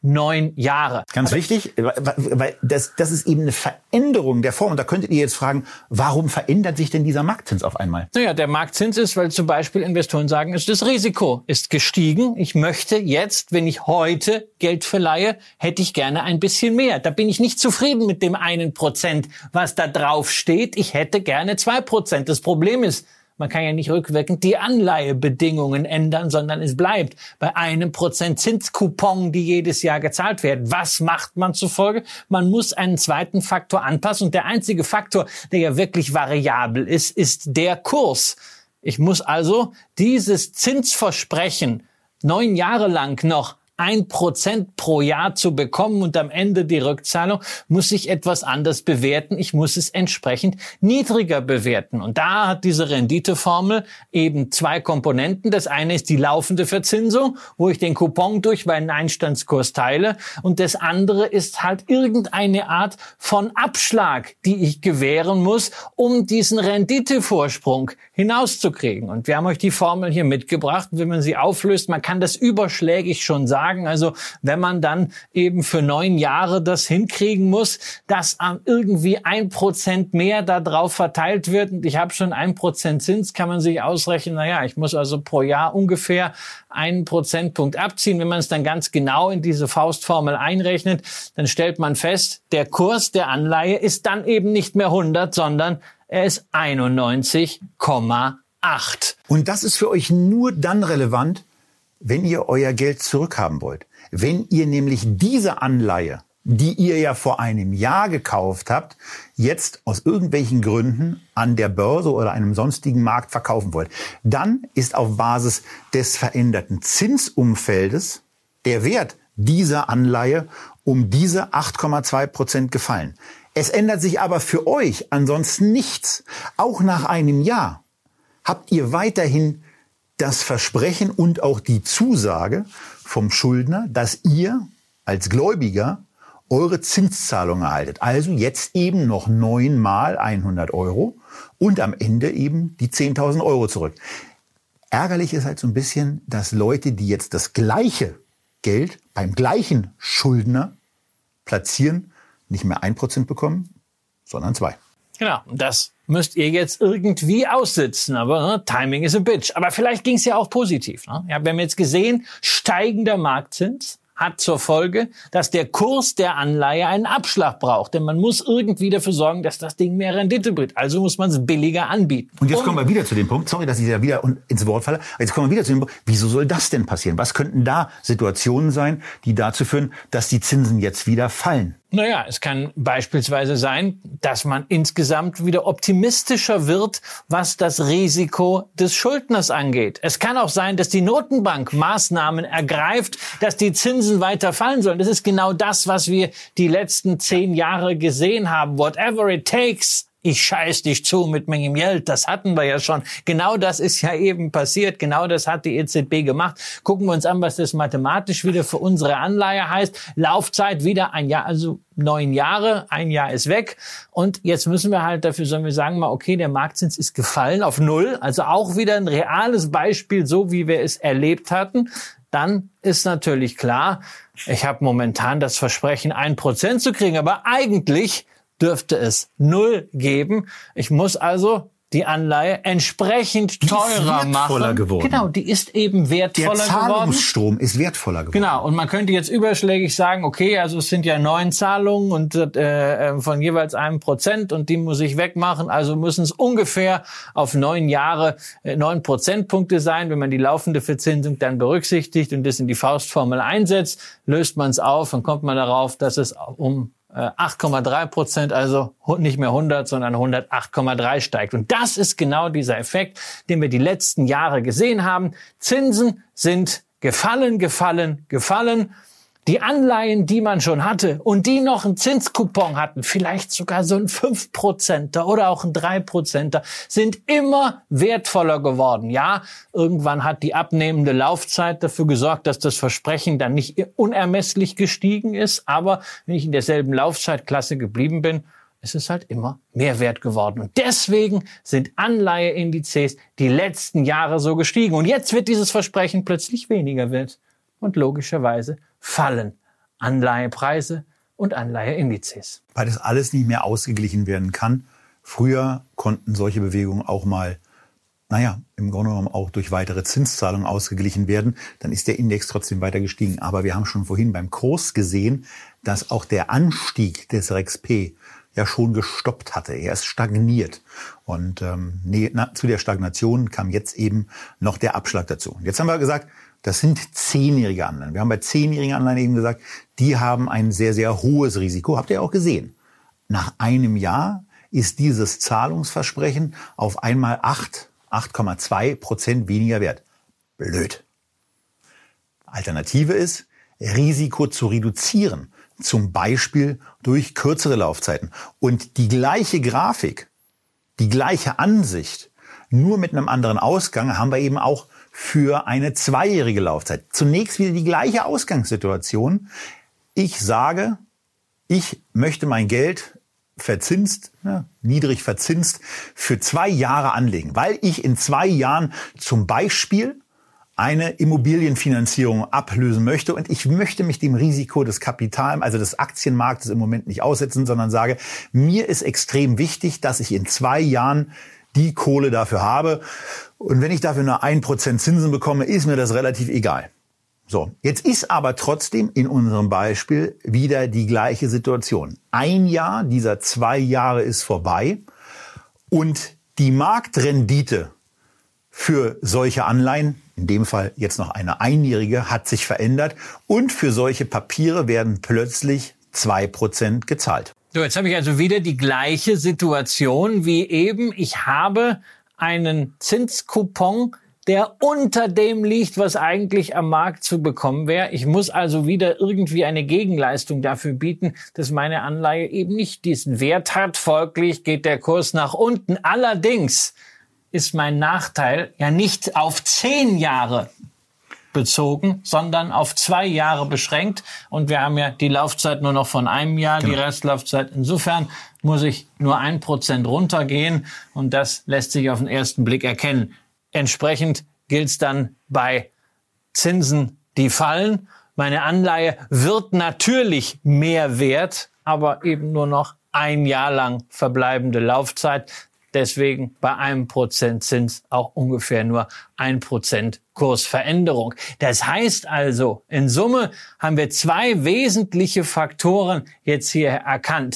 Speaker 3: neun Jahre.
Speaker 2: Ganz wichtig, weil das, das ist eben eine Veränderung der Form. Und da könntet ihr jetzt fragen, warum verändert sich denn dieser Marktzins auf einmal?
Speaker 3: Naja, der Marktzins ist, weil zum Beispiel Investoren sagen, das Risiko ist gestiegen. Ich möchte jetzt, wenn ich heute Geld verleihe, hätte ich gerne ein bisschen mehr. Da bin ich nicht zufrieden mit dem einen Prozent, was da drauf steht. Ich hätte gerne zwei Prozent. Das Problem ist, man kann ja nicht rückwirkend die Anleihebedingungen ändern, sondern es bleibt bei einem Prozent Zinskupon, die jedes Jahr gezahlt werden. Was macht man zufolge? Man muss einen zweiten Faktor anpassen. Und der einzige Faktor, der ja wirklich variabel ist, ist der Kurs. Ich muss also dieses Zinsversprechen neun Jahre lang noch ein Prozent pro Jahr zu bekommen und am Ende die Rückzahlung, muss ich etwas anders bewerten. Ich muss es entsprechend niedriger bewerten. Und da hat diese Renditeformel eben zwei Komponenten. Das eine ist die laufende Verzinsung, wo ich den Coupon durch meinen Einstandskurs teile. Und das andere ist halt irgendeine Art von Abschlag, die ich gewähren muss, um diesen Renditevorsprung hinauszukriegen. Und wir haben euch die Formel hier mitgebracht. Wenn man sie auflöst, man kann das überschlägig schon sagen. Also wenn man dann eben für neun Jahre das hinkriegen muss, dass irgendwie ein Prozent mehr da drauf verteilt wird und ich habe schon ein Prozent Zins, kann man sich ausrechnen, naja, ich muss also pro Jahr ungefähr einen Prozentpunkt abziehen. Wenn man es dann ganz genau in diese Faustformel einrechnet, dann stellt man fest, der Kurs der Anleihe ist dann eben nicht mehr hundert, sondern er ist einundneunzig Komma acht.
Speaker 2: Und das ist für euch nur dann relevant, wenn ihr euer Geld zurückhaben wollt. Wenn ihr nämlich diese Anleihe, die ihr ja vor einem Jahr gekauft habt, jetzt aus irgendwelchen Gründen an der Börse oder einem sonstigen Markt verkaufen wollt, dann ist auf Basis des veränderten Zinsumfeldes der Wert dieser Anleihe um diese acht Komma zwei Prozent gefallen. Es ändert sich aber für euch ansonsten nichts. Auch nach einem Jahr habt ihr weiterhin das Versprechen und auch die Zusage vom Schuldner, dass ihr als Gläubiger eure Zinszahlung erhaltet. Also jetzt eben noch neunmal hundert Euro und am Ende eben die zehntausend Euro zurück. Ärgerlich ist halt so ein bisschen, dass Leute, die jetzt das gleiche Geld beim gleichen Schuldner platzieren, nicht mehr ein Prozent bekommen, sondern zwei.
Speaker 3: Genau, das müsst ihr jetzt irgendwie aussitzen, aber ne, Timing is a bitch. Aber vielleicht ging es ja auch positiv. Ne? Ja, wir haben jetzt gesehen, steigender Marktzins hat zur Folge, dass der Kurs der Anleihe einen Abschlag braucht. Denn man muss irgendwie dafür sorgen, dass das Ding mehr Rendite bringt. Also muss man es billiger anbieten.
Speaker 2: Und jetzt um kommen wir wieder zu dem Punkt, sorry, dass ich da wieder ins Wort falle, aber jetzt kommen wir wieder zu dem Punkt, wieso soll das denn passieren? Was könnten da Situationen sein, die dazu führen, dass die Zinsen jetzt wieder fallen?
Speaker 3: Naja, es kann beispielsweise sein, dass man insgesamt wieder optimistischer wird, was das Risiko des Schuldners angeht. Es kann auch sein, dass die Notenbank Maßnahmen ergreift, dass die Zinsen weiter fallen sollen. Das ist genau das, was wir die letzten zehn Jahre gesehen haben. Whatever it takes. Ich scheiß dich zu mit meinem Geld, das hatten wir ja schon. Genau das ist ja eben passiert, genau das hat die E Z B gemacht. Gucken wir uns an, was das mathematisch wieder für unsere Anleihe heißt. Laufzeit wieder ein Jahr, also neun Jahre, ein Jahr ist weg. Und jetzt müssen wir halt dafür, sollen wir sagen mal, okay, der Marktzins ist gefallen auf null. Also auch wieder ein reales Beispiel, so wie wir es erlebt hatten. Dann ist natürlich klar, ich habe momentan das Versprechen, ein Prozent zu kriegen, aber eigentlich dürfte es null geben. Ich muss also die Anleihe entsprechend
Speaker 2: die
Speaker 3: teurer
Speaker 2: ist wertvoller
Speaker 3: machen.
Speaker 2: Geworden.
Speaker 3: Genau, die ist eben wertvoller
Speaker 2: Der
Speaker 3: geworden.
Speaker 2: Zahlungsstrom ist wertvoller geworden.
Speaker 3: Genau, und man könnte jetzt überschlägig sagen, okay, also es sind ja neun Zahlungen und äh, von jeweils einem Prozent und die muss ich wegmachen, also müssen es ungefähr auf neun Jahre äh, neun Prozentpunkte sein. Wenn man die laufende Verzinsung dann berücksichtigt und das in die Faustformel einsetzt, löst man es auf und kommt man darauf, dass es um acht Komma drei Prozent, also nicht mehr hundert, sondern hundertacht Komma drei steigt. Und das ist genau dieser Effekt, den wir die letzten Jahre gesehen haben. Zinsen sind gefallen, gefallen, gefallen. Die Anleihen, die man schon hatte und die noch einen Zinskupon hatten, vielleicht sogar so ein fünf Prozenter oder auch ein drei Prozenter, sind immer wertvoller geworden. Ja, irgendwann hat die abnehmende Laufzeit dafür gesorgt, dass das Versprechen dann nicht unermesslich gestiegen ist. Aber wenn ich in derselben Laufzeitklasse geblieben bin, ist es halt immer mehr wert geworden. Und deswegen sind Anleiheindizes die letzten Jahre so gestiegen. Und jetzt wird dieses Versprechen plötzlich weniger wert. Und logischerweise fallen Anleihepreise und Anleiheindizes.
Speaker 2: Weil das alles nicht mehr ausgeglichen werden kann. Früher konnten solche Bewegungen auch mal, naja, im Grunde genommen auch durch weitere Zinszahlungen ausgeglichen werden. Dann ist der Index trotzdem weiter gestiegen. Aber wir haben schon vorhin beim Kurs gesehen, dass auch der Anstieg des R E X P ja schon gestoppt hatte. Er ist stagniert. Und ähm, nee, na, zu der Stagnation kam jetzt eben noch der Abschlag dazu. Und jetzt haben wir gesagt, das sind zehnjährige Anleihen. Wir haben bei zehnjährigen Anleihen eben gesagt, die haben ein sehr, sehr hohes Risiko. Habt ihr auch gesehen. Nach einem Jahr ist dieses Zahlungsversprechen auf einmal acht, acht Komma zwei Prozent weniger wert. Blöd. Alternative ist, Risiko zu reduzieren. Zum Beispiel durch kürzere Laufzeiten. Und die gleiche Grafik, die gleiche Ansicht, nur mit einem anderen Ausgang, haben wir eben auch für eine zweijährige Laufzeit. Zunächst wieder die gleiche Ausgangssituation. Ich sage, ich möchte mein Geld verzinst, ja, niedrig verzinst, für zwei Jahre anlegen, weil ich in zwei Jahren zum Beispiel eine Immobilienfinanzierung ablösen möchte und ich möchte mich dem Risiko des Kapital, also des Aktienmarktes im Moment nicht aussetzen, sondern sage, mir ist extrem wichtig, dass ich in zwei Jahren die Kohle dafür habe und wenn ich dafür nur ein Prozent Zinsen bekomme, ist mir das relativ egal. So, jetzt ist aber trotzdem in unserem Beispiel wieder die gleiche Situation. Ein Jahr dieser zwei Jahre ist vorbei und die Marktrendite für solche Anleihen, in dem Fall jetzt noch eine einjährige, hat sich verändert und für solche Papiere werden plötzlich zwei Prozent gezahlt.
Speaker 3: So, jetzt habe ich also wieder die gleiche Situation wie eben. Ich habe einen Zinskupon, der unter dem liegt, was eigentlich am Markt zu bekommen wäre. Ich muss also wieder irgendwie eine Gegenleistung dafür bieten, dass meine Anleihe eben nicht diesen Wert hat. Folglich geht der Kurs nach unten. Allerdings ist mein Nachteil ja nicht auf zehn Jahre bezogen, sondern auf zwei Jahre beschränkt. Und wir haben ja die Laufzeit nur noch von einem Jahr, genau. Die Restlaufzeit. Insofern muss ich nur ein Prozent runtergehen. Und das lässt sich auf den ersten Blick erkennen. Entsprechend gilt es dann bei Zinsen, die fallen. Meine Anleihe wird natürlich mehr wert, aber eben nur noch ein Jahr lang verbleibende Laufzeit. Deswegen bei einem Prozent Zins auch ungefähr nur ein Prozent Kursveränderung. Das heißt also, in Summe haben wir zwei wesentliche Faktoren jetzt hier erkannt.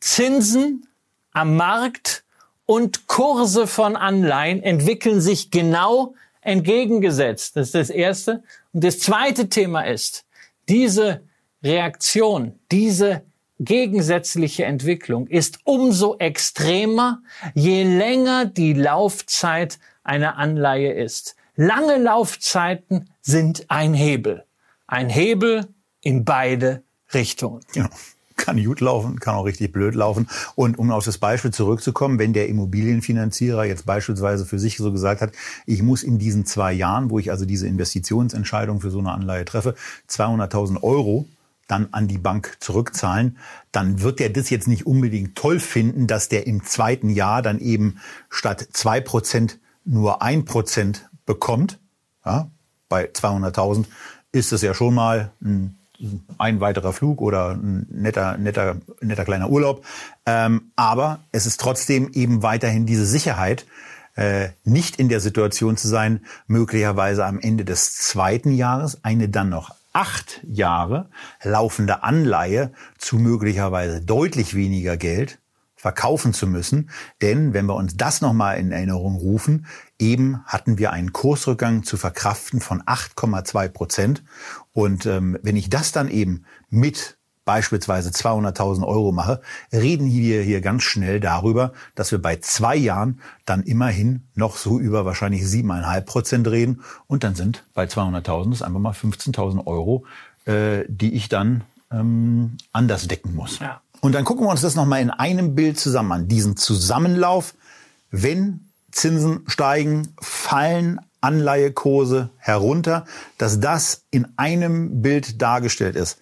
Speaker 3: Zinsen am Markt und Kurse von Anleihen entwickeln sich genau entgegengesetzt. Das ist das erste. Und das zweite Thema ist, diese Reaktion, diese gegensätzliche Entwicklung ist umso extremer, je länger die Laufzeit einer Anleihe ist. Lange Laufzeiten sind ein Hebel. Ein Hebel in beide Richtungen.
Speaker 2: Ja. Kann gut laufen, kann auch richtig blöd laufen. Und um auf das Beispiel zurückzukommen, wenn der Immobilienfinanzierer jetzt beispielsweise für sich so gesagt hat, ich muss in diesen zwei Jahren, wo ich also diese Investitionsentscheidung für so eine Anleihe treffe, zweihunderttausend Euro dann an die Bank zurückzahlen, dann wird der das jetzt nicht unbedingt toll finden, dass der im zweiten Jahr dann eben statt zwei Prozent nur ein Prozent bekommt. Ja, bei zweihunderttausend ist es ja schon mal ein, ein weiterer Flug oder ein netter, netter, netter kleiner Urlaub. Ähm, aber es ist trotzdem eben weiterhin diese Sicherheit, äh, nicht in der Situation zu sein, möglicherweise am Ende des zweiten Jahres eine dann noch acht Jahre laufende Anleihe zu möglicherweise deutlich weniger Geld verkaufen zu müssen. Denn wenn wir uns das nochmal in Erinnerung rufen, eben hatten wir einen Kursrückgang zu verkraften von acht Komma zwei Prozent. Und ähm, wenn ich das dann eben mit beispielsweise zweihunderttausend Euro mache, reden wir hier ganz schnell darüber, dass wir bei zwei Jahren dann immerhin noch so über wahrscheinlich sieben Komma fünf Prozent reden. Und dann sind bei zweihunderttausend das einfach mal fünfzehntausend Euro, äh, die ich dann ähm, anders decken muss. Ja. Und dann gucken wir uns das nochmal in einem Bild zusammen an. Diesen Zusammenlauf, wenn Zinsen steigen, fallen Anleihekurse herunter, dass das in einem Bild dargestellt ist.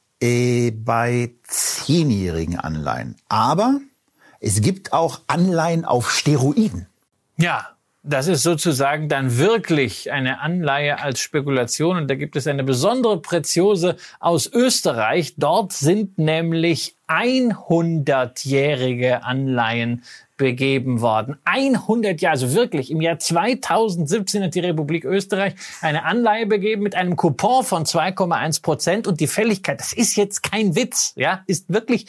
Speaker 2: Äh, bei zehnjährigen Anleihen. Aber es gibt auch Anleihen auf Steroiden.
Speaker 3: Ja, Das ist sozusagen dann wirklich eine Anleihe als Spekulation. Und da gibt es eine besondere Preziose aus Österreich. Dort sind nämlich hundertjährige Anleihen begeben worden. hundert Jahre, also wirklich im Jahr zweitausendsiebzehn hat die Republik Österreich eine Anleihe begeben mit einem Coupon von zwei Komma eins Prozent und die Fälligkeit, das ist jetzt kein Witz, ja, ist wirklich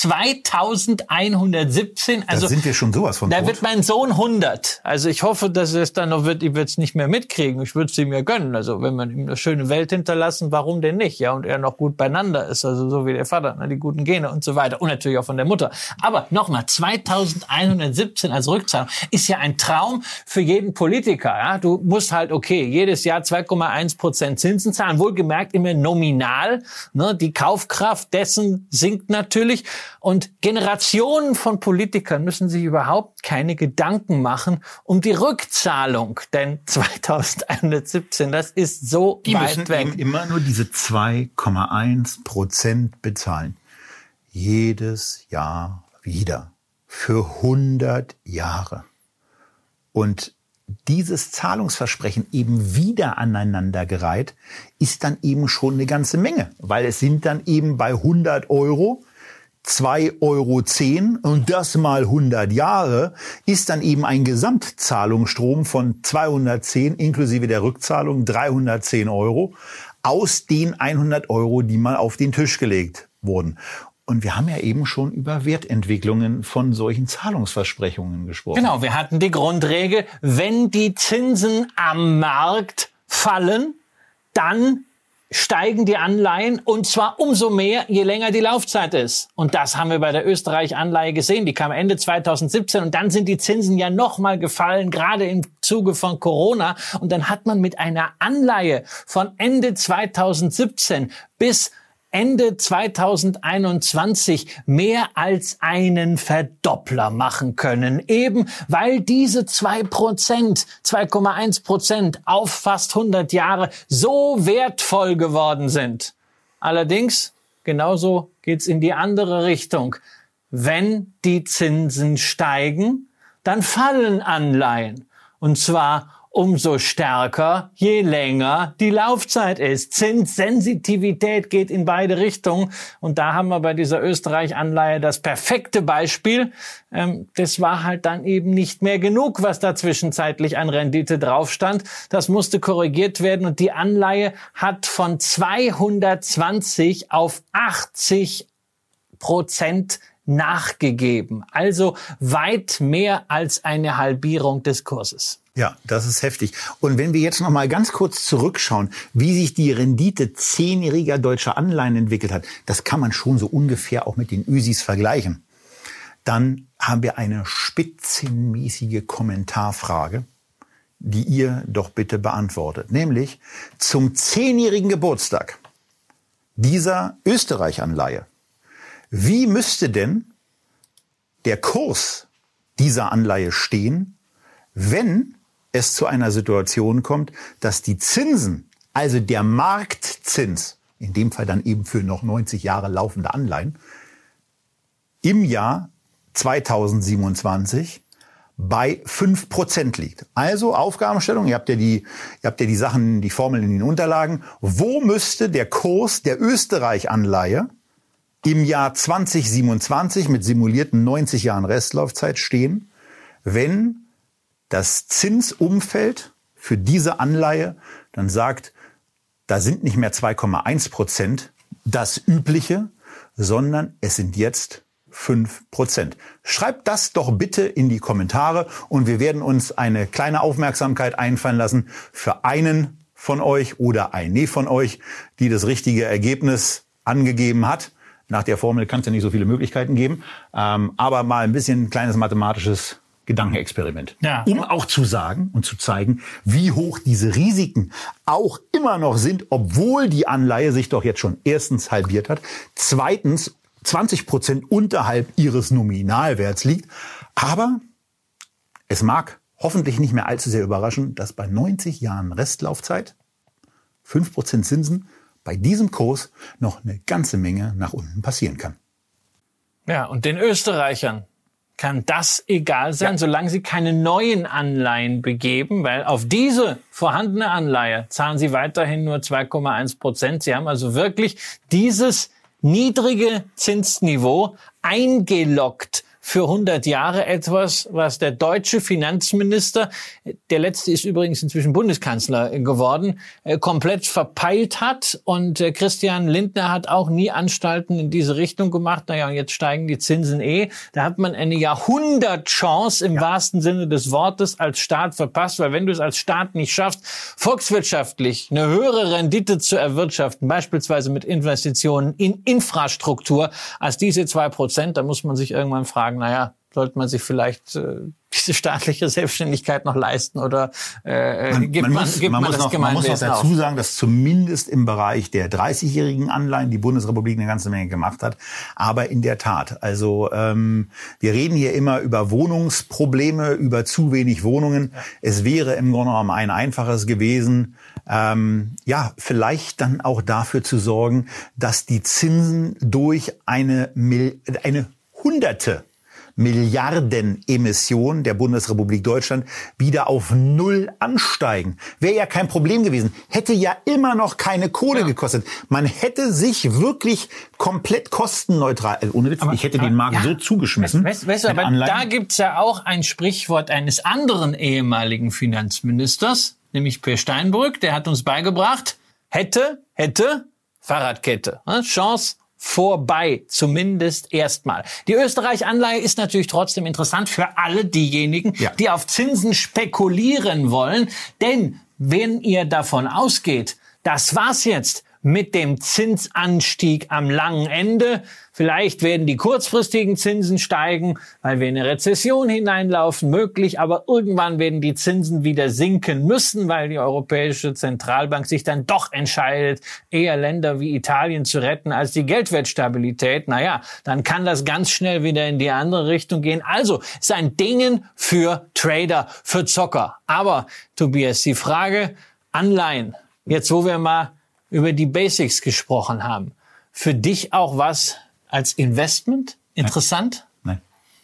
Speaker 3: zweitausendeinhundertsiebzehn. Also
Speaker 2: da sind wir schon sowas von
Speaker 3: Da
Speaker 2: tot.
Speaker 3: wird mein Sohn hundert. Also ich hoffe, dass es dann noch wird, ich würde es nicht mehr mitkriegen. Ich würde es ihm ja gönnen. Also wenn man ihm eine schöne Welt hinterlassen, warum denn nicht? Ja, und er noch gut beieinander ist, also so wie der Vater, ne, die guten Gene und so weiter. Und natürlich auch von der Mutter. Aber nochmal, zweitausendeinhundertsiebzehn als Rückzahlung ist ja ein Traum für jeden Politiker. Ja? Du musst halt, okay, jedes Jahr zwei Komma eins Prozent Zinsen zahlen, wohlgemerkt immer nominal. Ne? Die Kaufkraft dessen sinkt natürlich. Und Generationen von Politikern müssen sich überhaupt keine Gedanken machen um die Rückzahlung. Denn zweitausendeinhundertsiebzehn, das ist so
Speaker 2: Die
Speaker 3: weit
Speaker 2: müssen
Speaker 3: weg.
Speaker 2: eben immer nur diese zwei Komma eins Prozent bezahlen. Jedes Jahr wieder. Für hundert Jahre. Und dieses Zahlungsversprechen eben wieder aneinandergereiht, ist dann eben schon eine ganze Menge. Weil es sind dann eben bei hundert Euro zwei Euro zehn und das mal hundert Jahre ist dann eben ein Gesamtzahlungsstrom von zweihundertzehn inklusive der Rückzahlung dreihundertzehn Euro aus den hundert Euro, die mal auf den Tisch gelegt wurden. Und wir haben ja eben schon über Wertentwicklungen von solchen Zahlungsversprechungen gesprochen.
Speaker 3: Genau, wir hatten die Grundregel, wenn die Zinsen am Markt fallen, dann steigen die Anleihen und zwar umso mehr, je länger die Laufzeit ist. Und das haben wir bei der Österreich-Anleihe gesehen. Die kam Ende zweitausendsiebzehn und dann sind die Zinsen ja nochmal gefallen, gerade im Zuge von Corona. Und dann hat man mit einer Anleihe von Ende zweitausendsiebzehn bis Ende zweitausendeinundzwanzig mehr als einen Verdoppler machen können. Eben weil diese zwei Prozent, zwei Komma eins Prozent auf fast hundert Jahre so wertvoll geworden sind. Allerdings, genauso geht's in die andere Richtung. Wenn die Zinsen steigen, dann fallen Anleihen. Und zwar umso stärker, je länger die Laufzeit ist. Zinssensitivität geht in beide Richtungen. Und da haben wir bei dieser Österreich-Anleihe das perfekte Beispiel. Ähm, das war halt dann eben nicht mehr genug, was da zwischenzeitlich an Rendite drauf stand. Das musste korrigiert werden. Und die Anleihe hat von zweihundertzwanzig auf achtzig Prozent nachgegeben. Also weit mehr als eine Halbierung des Kurses.
Speaker 2: Ja, das ist heftig. Und wenn wir jetzt noch mal ganz kurz zurückschauen, wie sich die Rendite zehnjähriger deutscher Anleihen entwickelt hat, das kann man schon so ungefähr auch mit den Ösis vergleichen. Dann haben wir eine spitzenmäßige Kommentarfrage, die ihr doch bitte beantwortet. Nämlich zum zehnjährigen Geburtstag dieser Österreich-Anleihe. Wie müsste denn der Kurs dieser Anleihe stehen, wenn es zu einer Situation kommt, dass die Zinsen, also der Marktzins, in dem Fall dann eben für noch neunzig Jahre laufende Anleihen, im Jahr zweitausendsiebenundzwanzig bei fünf Prozent liegt. Also Aufgabenstellung, ihr habt ja die, ihr habt ja die Sachen, die Formeln in den Unterlagen. Wo müsste der Kurs der Österreich-Anleihe im Jahr zweitausendsiebenundzwanzig mit simulierten neunzig Jahren Restlaufzeit stehen, wenn das Zinsumfeld für diese Anleihe dann sagt, da sind nicht mehr zwei Komma eins Prozent das Übliche, sondern es sind jetzt fünf Prozent. Schreibt das doch bitte in die Kommentare und wir werden uns eine kleine Aufmerksamkeit einfallen lassen für einen von euch oder eine von euch, die das richtige Ergebnis angegeben hat. Nach der Formel kann es ja nicht so viele Möglichkeiten geben, ähm, aber mal ein bisschen kleines mathematisches Gedankenexperiment.
Speaker 3: Ja.
Speaker 2: Um auch zu sagen und zu zeigen, wie hoch diese Risiken auch immer noch sind, obwohl die Anleihe sich doch jetzt schon erstens halbiert hat, zweitens zwanzig Prozent unterhalb ihres Nominalwerts liegt. Aber es mag hoffentlich nicht mehr allzu sehr überraschen, dass bei neunzig Jahren Restlaufzeit fünf Prozent Zinsen bei diesem Kurs noch eine ganze Menge nach unten passieren kann.
Speaker 3: Ja, und den Österreichern, kann das egal sein, ja. solange Sie keine neuen Anleihen begeben, weil auf diese vorhandene Anleihe zahlen Sie weiterhin nur zwei Komma eins Prozent. Sie haben also wirklich dieses niedrige Zinsniveau eingeloggt für hundert Jahre, etwas, was der deutsche Finanzminister, der letzte ist übrigens inzwischen Bundeskanzler geworden, komplett verpeilt hat. Und Christian Lindner hat auch nie Anstalten in diese Richtung gemacht. Naja, und jetzt steigen die Zinsen eh. Da hat man eine Jahrhundertchance im ja. wahrsten Sinne des Wortes als Staat verpasst, weil wenn du es als Staat nicht schaffst, volkswirtschaftlich eine höhere Rendite zu erwirtschaften, beispielsweise mit Investitionen in Infrastruktur, als diese zwei Prozent, da muss man sich irgendwann fragen, naja, sollte man sich vielleicht äh, diese staatliche Selbstständigkeit noch leisten oder äh, man, gibt man, man, muss, gibt man, man das noch, Gemeinwesen
Speaker 2: Man muss noch dazu
Speaker 3: auf?
Speaker 2: sagen, dass zumindest im Bereich der dreißigjährigen Anleihen die Bundesrepublik eine ganze Menge gemacht hat. Aber in der Tat, also ähm, wir reden hier immer über Wohnungsprobleme, über zu wenig Wohnungen. Ja. Es wäre im Grunde genommen ein einfaches gewesen, ähm, ja, vielleicht dann auch dafür zu sorgen, dass die Zinsen durch eine, Mil- eine Hunderte Milliarden Emissionen der Bundesrepublik Deutschland wieder auf Null ansteigen. Wäre ja kein Problem gewesen. Hätte ja immer noch keine Kohle ja. gekostet. Man hätte sich wirklich komplett kostenneutral, also ohne Witz, aber, ich hätte aber, den Markt ja. so zugeschmissen.
Speaker 3: Weißt, weißt du, aber Anleihen. Da gibt's ja auch ein Sprichwort eines anderen ehemaligen Finanzministers, nämlich Per Steinbrück, der hat uns beigebracht, hätte, hätte, Fahrradkette. Chance vorbei, zumindest erstmal. Die Österreich-Anleihe ist natürlich trotzdem interessant für alle diejenigen, ja. die auf Zinsen spekulieren wollen. Denn wenn ihr davon ausgeht, das war's jetzt mit dem Zinsanstieg am langen Ende, vielleicht werden die kurzfristigen Zinsen steigen, weil wir in eine Rezession hineinlaufen, möglich, aber irgendwann werden die Zinsen wieder sinken müssen, weil die Europäische Zentralbank sich dann doch entscheidet, eher Länder wie Italien zu retten als die Geldwertstabilität. Naja, dann kann das ganz schnell wieder in die andere Richtung gehen. Also, es ist ein Ding für Trader, für Zocker. Aber, Tobias, die Frage, Anleihen, jetzt wo wir mal über die Basics gesprochen haben, für dich auch was als Investment interessant?
Speaker 2: Nein.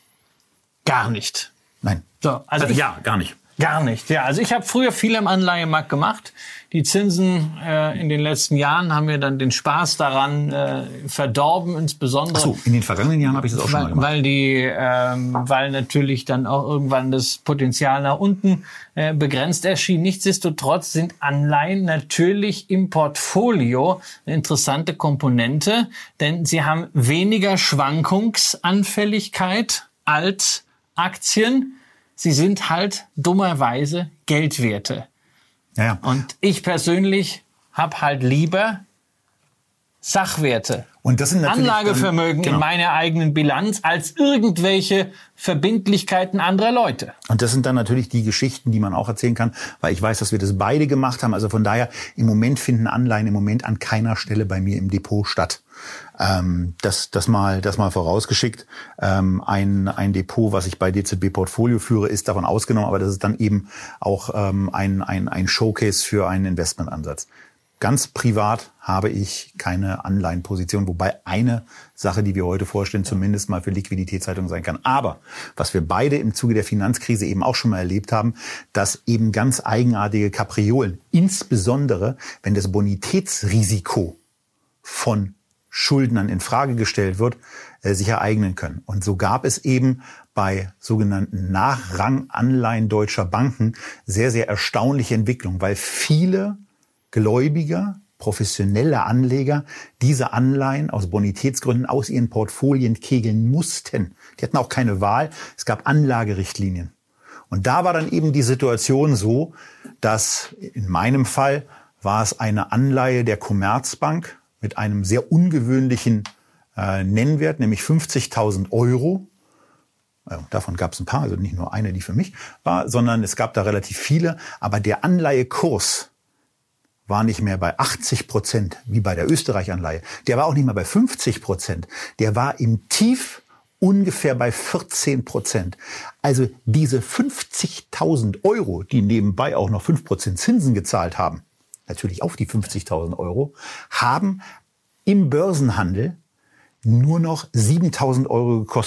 Speaker 3: Gar nicht.
Speaker 2: Nein.
Speaker 3: So, also,
Speaker 2: also
Speaker 3: ich,
Speaker 2: ja, gar nicht.
Speaker 3: Gar nicht. Ja, also ich habe früher viel am Anleihemarkt gemacht. Die Zinsen äh, in den letzten Jahren haben mir dann den Spaß daran äh, verdorben, insbesondere.
Speaker 2: Ach so, in den vergangenen Jahren habe ich das auch schon
Speaker 3: weil,
Speaker 2: mal gemacht.
Speaker 3: Weil die, ähm, weil natürlich dann auch irgendwann das Potenzial nach unten äh, begrenzt erschien. Nichtsdestotrotz sind Anleihen natürlich im Portfolio eine interessante Komponente, denn sie haben weniger Schwankungsanfälligkeit als Aktien. Sie sind halt dummerweise Geldwerte.
Speaker 2: Ja, ja.
Speaker 3: Und ich persönlich habe halt lieber Sachwerte,
Speaker 2: und das sind natürlich
Speaker 3: Anlagevermögen dann, genau. in meiner eigenen Bilanz als irgendwelche Verbindlichkeiten anderer Leute.
Speaker 2: Und das sind dann natürlich die Geschichten, die man auch erzählen kann, weil ich weiß, dass wir das beide gemacht haben. Also von daher, im Moment finden Anleihen im Moment an keiner Stelle bei mir im Depot statt. Ähm, das, das mal, das mal vorausgeschickt. Ähm, ein, ein Depot, was ich bei D Z B Portfolio führe, ist davon ausgenommen, aber das ist dann eben auch ähm, ein, ein, ein Showcase für einen Investmentansatz. Ganz privat habe ich keine Anleihenposition, wobei eine Sache, die wir heute vorstellen, zumindest mal für Liquiditätshaltung sein kann. Aber was wir beide im Zuge der Finanzkrise eben auch schon mal erlebt haben, dass eben ganz eigenartige Kapriolen, insbesondere wenn das Bonitätsrisiko von Schuldnern in Frage gestellt wird, äh, sich ereignen können. Und so gab es eben bei sogenannten Nachranganleihen deutscher Banken sehr, sehr erstaunliche Entwicklungen, weil viele Gläubiger, professionelle Anleger diese Anleihen aus Bonitätsgründen aus ihren Portfolien kegeln mussten. Die hatten auch keine Wahl. Es gab Anlagerichtlinien. Und da war dann eben die Situation so, dass in meinem Fall war es eine Anleihe der Commerzbank mit einem sehr ungewöhnlichen äh, Nennwert, nämlich fünfzigtausend Euro. Also davon gab es ein paar, also nicht nur eine, die für mich war, sondern es gab da relativ viele. Aber der Anleihekurs war nicht mehr bei achtzig Prozent wie bei der Österreich-Anleihe. Der war auch nicht mehr bei fünfzig Prozent. Der war im Tief ungefähr bei vierzehn Prozent. Also diese fünfzigtausend Euro, die nebenbei auch noch fünf Prozent Zinsen gezahlt haben, natürlich auf die fünfzigtausend Euro, haben im Börsenhandel nur noch siebentausend Euro gekostet.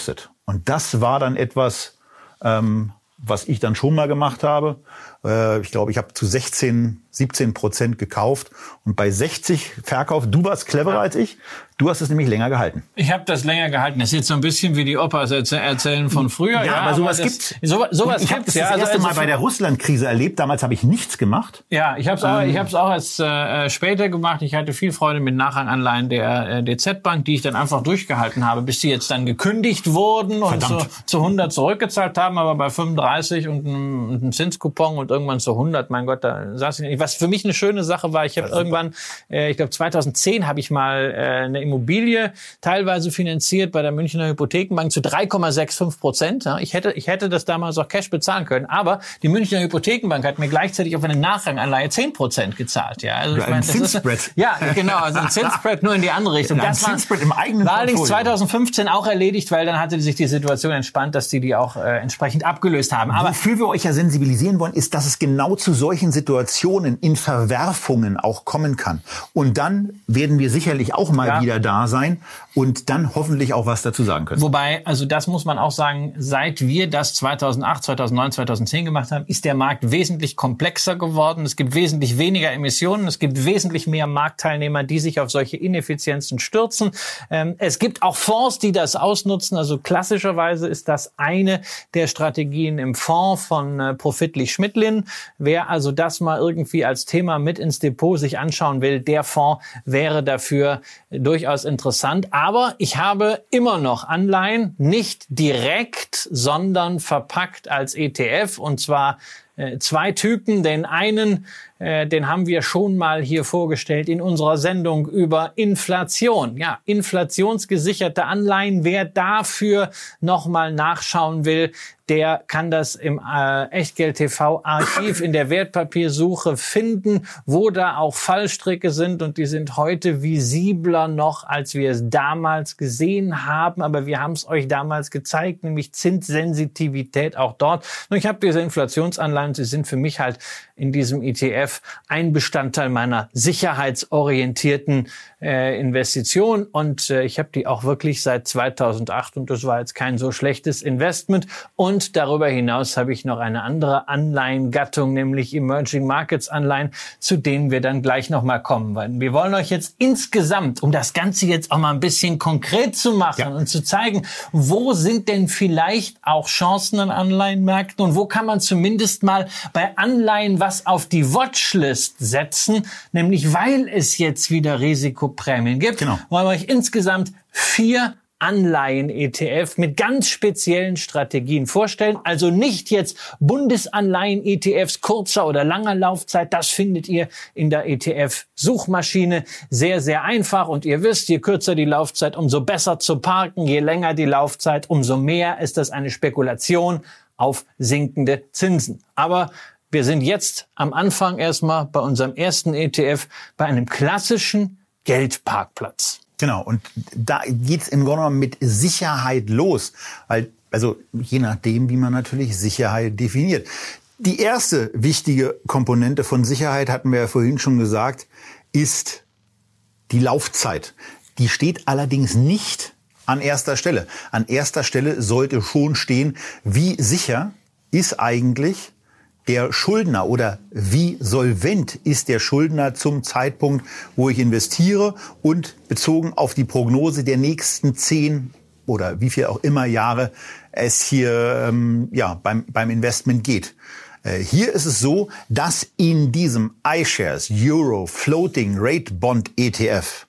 Speaker 2: Und das war dann etwas, ähm, was ich dann schon mal gemacht habe. Äh, ich glaube, ich habe zu sechzehn, siebzehn Prozent gekauft und bei sechzig verkauft. Du warst cleverer ja. als ich. Du hast es nämlich länger gehalten.
Speaker 3: Ich habe das länger gehalten. Das ist jetzt so ein bisschen wie die Opas erzählen von früher.
Speaker 2: Ja,
Speaker 3: ja
Speaker 2: aber sowas
Speaker 3: aber
Speaker 2: gibt's.
Speaker 3: So, sowas
Speaker 2: ich habe das
Speaker 3: ja,
Speaker 2: das erste
Speaker 3: also
Speaker 2: Mal bei der Russland-Krise erlebt. Damals habe ich nichts gemacht.
Speaker 3: Ja, ich habe es auch,
Speaker 2: ähm,
Speaker 3: ich habe es auch erst äh, später gemacht. Ich hatte viel Freude mit Nachranganleihen der äh, D Z Bank, die ich dann einfach durchgehalten habe, bis die jetzt dann gekündigt wurden und so, zu hundert zurückgezahlt haben, aber bei fünfunddreißig und einem, und einem Zinskupon und irgendwann zu hundert. Mein Gott, da saß ich nicht. Was für mich eine schöne Sache war, ich habe irgendwann, äh, ich glaube zweitausendzehn habe ich mal äh, eine Immobilie teilweise finanziert bei der Münchner Hypothekenbank zu drei Komma fünfundsechzig Prozent. Ja, ich hätte, ich hätte das damals auch Cash bezahlen können, aber die Münchner Hypothekenbank hat mir gleichzeitig auf eine Nachranganleihe zehn Prozent gezahlt. Ja, also ich
Speaker 2: ein
Speaker 3: meine, das
Speaker 2: Zinsspread.
Speaker 3: ist, ja, genau, also ein Zinsspread nur in die andere Richtung.
Speaker 2: Ein
Speaker 3: Das war,
Speaker 2: Zinsspread im eigenen
Speaker 3: war allerdings
Speaker 2: Portfolio.
Speaker 3: zweitausendfünfzehn auch erledigt, weil dann hatte sich die Situation entspannt, dass die die auch äh, entsprechend abgelöst haben. Aber
Speaker 2: wofür wir euch ja sensibilisieren wollen, ist, dass es genau zu solchen Situationen in Verwerfungen auch kommen kann. Und dann werden wir sicherlich auch mal ja. wieder da sein und dann hoffentlich auch was dazu sagen können.
Speaker 3: Wobei, also das muss man auch sagen, seit wir das zweitausendacht, zweitausendneun, zweitausendzehn gemacht haben, ist der Markt wesentlich komplexer geworden. Es gibt wesentlich weniger Emissionen. Es gibt wesentlich mehr Marktteilnehmer, die sich auf solche Ineffizienzen stürzen. Ähm, es gibt auch Fonds, die das ausnutzen. Also klassischerweise ist das eine der Strategien im Fonds von äh, Profitlich-Schmidlin. Wer also das mal irgendwie als Thema mit ins Depot sich anschauen will, der Fonds wäre dafür durchaus interessant. Aber ich habe immer noch Anleihen, nicht direkt, sondern verpackt als E T F, und zwar äh, zwei Typen. Den einen, äh, den haben wir schon mal hier vorgestellt in unserer Sendung über Inflation. Ja, inflationsgesicherte Anleihen. Wer dafür nochmal nachschauen will, der kann das im äh, Echtgeld-T V-Archiv in der Wertpapiersuche finden, wo da auch Fallstricke sind, und die sind heute visibler noch, als wir es damals gesehen haben. Aber wir haben es euch damals gezeigt, nämlich Zinssensitivität auch dort. Und ich habe diese Inflationsanleihen, sie sind für mich halt in diesem E T F ein Bestandteil meiner sicherheitsorientierten äh, Investition. Und äh, ich habe die auch wirklich seit zweitausendacht, und das war jetzt kein so schlechtes Investment. Und darüber hinaus habe ich noch eine andere Anleihengattung, nämlich Emerging Markets Anleihen, zu denen wir dann gleich nochmal kommen werden. Wir wollen euch jetzt insgesamt, um das Ganze jetzt auch mal ein bisschen konkret zu machen ja. und zu zeigen, wo sind denn vielleicht auch Chancen an Anleihenmärkten und wo kann man zumindest mal bei Anleihen was auf die Watchlist setzen, nämlich weil es jetzt wieder Risikoprämien gibt. Genau. Wollen wir euch insgesamt vier Anleihen-E T F mit ganz speziellen Strategien vorstellen. Also nicht jetzt Bundesanleihen-E T Fs kurzer oder langer Laufzeit. Das findet ihr in der E T F-Suchmaschine sehr, sehr einfach. Und ihr wisst, je kürzer die Laufzeit, umso besser zu parken. Je länger die Laufzeit, umso mehr ist das eine Spekulation auf sinkende Zinsen. Aber wir sind jetzt am Anfang erstmal bei unserem ersten E T F, bei einem klassischen Geldparkplatz.
Speaker 2: Genau, und da geht's im Grunde genommen mit Sicherheit los. Weil, also je nachdem, wie man natürlich Sicherheit definiert. Die erste wichtige Komponente von Sicherheit, hatten wir ja vorhin schon gesagt, ist die Laufzeit. Die steht allerdings nicht an erster Stelle. An erster Stelle sollte schon stehen, wie sicher ist eigentlich der Schuldner oder wie solvent ist der Schuldner zum Zeitpunkt, wo ich investiere, und bezogen auf die Prognose der nächsten zehn oder wie viel auch immer Jahre es hier ähm, ja beim beim Investment geht. Äh, hier ist es so, dass in diesem iShares Euro Floating Rate Bond E T F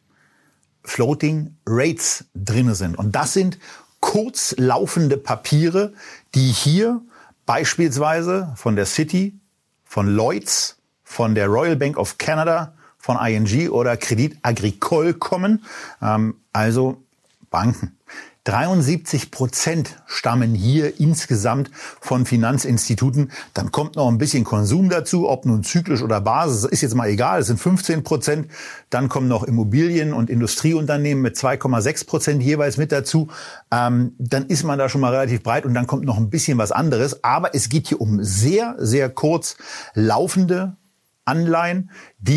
Speaker 2: Floating Rates drinne sind, und das sind kurz laufende Papiere, die hier beispielsweise von der Citi, von Lloyds, von der Royal Bank of Canada, von I N G oder Crédit Agricole kommen, ähm, also Banken. dreiundsiebzig Prozent stammen hier insgesamt von Finanzinstituten. Dann kommt noch ein bisschen Konsum dazu, ob nun zyklisch oder Basis, ist jetzt mal egal, es sind fünfzehn Prozent. Dann kommen noch Immobilien- und Industrieunternehmen mit zwei Komma sechs Prozent jeweils mit dazu. Ähm, dann ist man da schon mal relativ breit, und dann kommt noch ein bisschen was anderes. Aber es geht hier um sehr, sehr kurz laufende Anleihen, die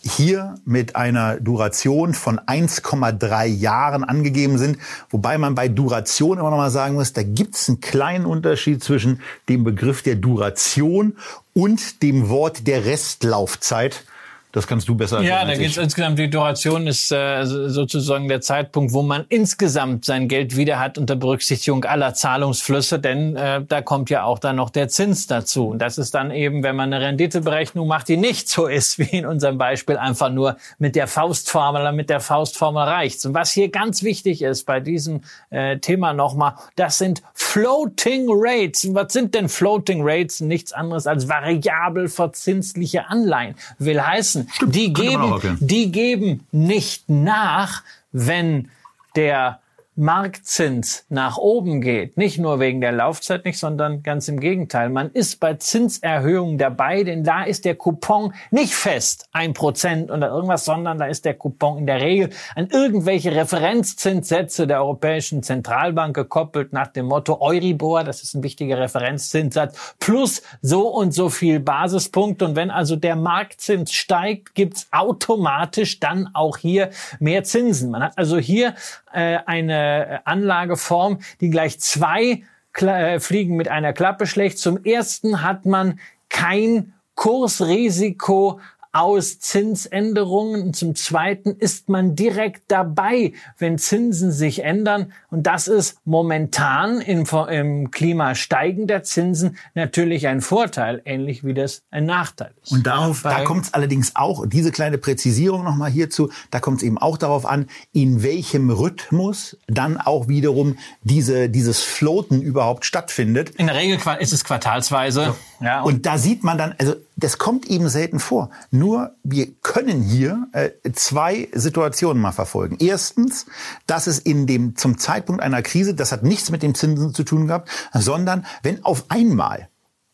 Speaker 2: hier mit einer Duration von eins Komma drei Jahren angegeben sind. Wobei man bei Duration immer noch mal sagen muss, da gibt es einen kleinen Unterschied zwischen dem Begriff der Duration und dem Wort der Restlaufzeit. Das kannst du besser erklären.
Speaker 3: Ja, da geht es insgesamt, die Duration ist äh, sozusagen der Zeitpunkt, wo man insgesamt sein Geld wieder hat unter Berücksichtigung aller Zahlungsflüsse, denn äh, da kommt ja auch dann noch der Zins dazu. Und das ist dann eben, wenn man eine Renditeberechnung macht, die nicht so ist, wie in unserem Beispiel, einfach nur mit der Faustformel oder mit der Faustformel reicht. Und was hier ganz wichtig ist bei diesem äh, Thema nochmal, das sind Floating Rates. Und was sind denn Floating Rates? Nichts anderes als variabel verzinsliche Anleihen. Will heißen,
Speaker 2: Stimmt,
Speaker 3: die geben, die geben nicht nach, wenn der Marktzins nach oben geht. Nicht nur wegen der Laufzeit nicht, sondern ganz im Gegenteil. Man ist bei Zinserhöhungen dabei, denn da ist der Coupon nicht fest, ein Prozent oder irgendwas, sondern da ist der Coupon in der Regel an irgendwelche Referenzzinssätze der Europäischen Zentralbank gekoppelt nach dem Motto Euribor, das ist ein wichtiger Referenzzinssatz, plus so und so viel Basispunkte. Und wenn also der Marktzins steigt, gibt's automatisch dann auch hier mehr Zinsen. Man hat also hier äh, eine Anlageform, die gleich zwei Kla- Fliegen mit einer Klappe schlägt. Zum ersten hat man kein Kursrisiko aus Zinsänderungen. Und zum Zweiten ist man direkt dabei, wenn Zinsen sich ändern. Und das ist momentan im, im Klima steigender Zinsen natürlich ein Vorteil, ähnlich wie das ein Nachteil ist.
Speaker 2: Und darauf, da kommt es allerdings auch, diese kleine Präzisierung nochmal hierzu, da kommt es eben auch darauf an, in welchem Rhythmus dann auch wiederum diese, dieses Floaten überhaupt stattfindet.
Speaker 3: In der Regel ist es quartalsweise.
Speaker 2: Ja. Ja, und, und da sieht man dann, also das kommt eben selten vor. Nur wir können hier äh, zwei Situationen mal verfolgen. Erstens, dass es in dem zum Zeitpunkt einer Krise, das hat nichts mit dem Zinsen zu tun gehabt, sondern wenn auf einmal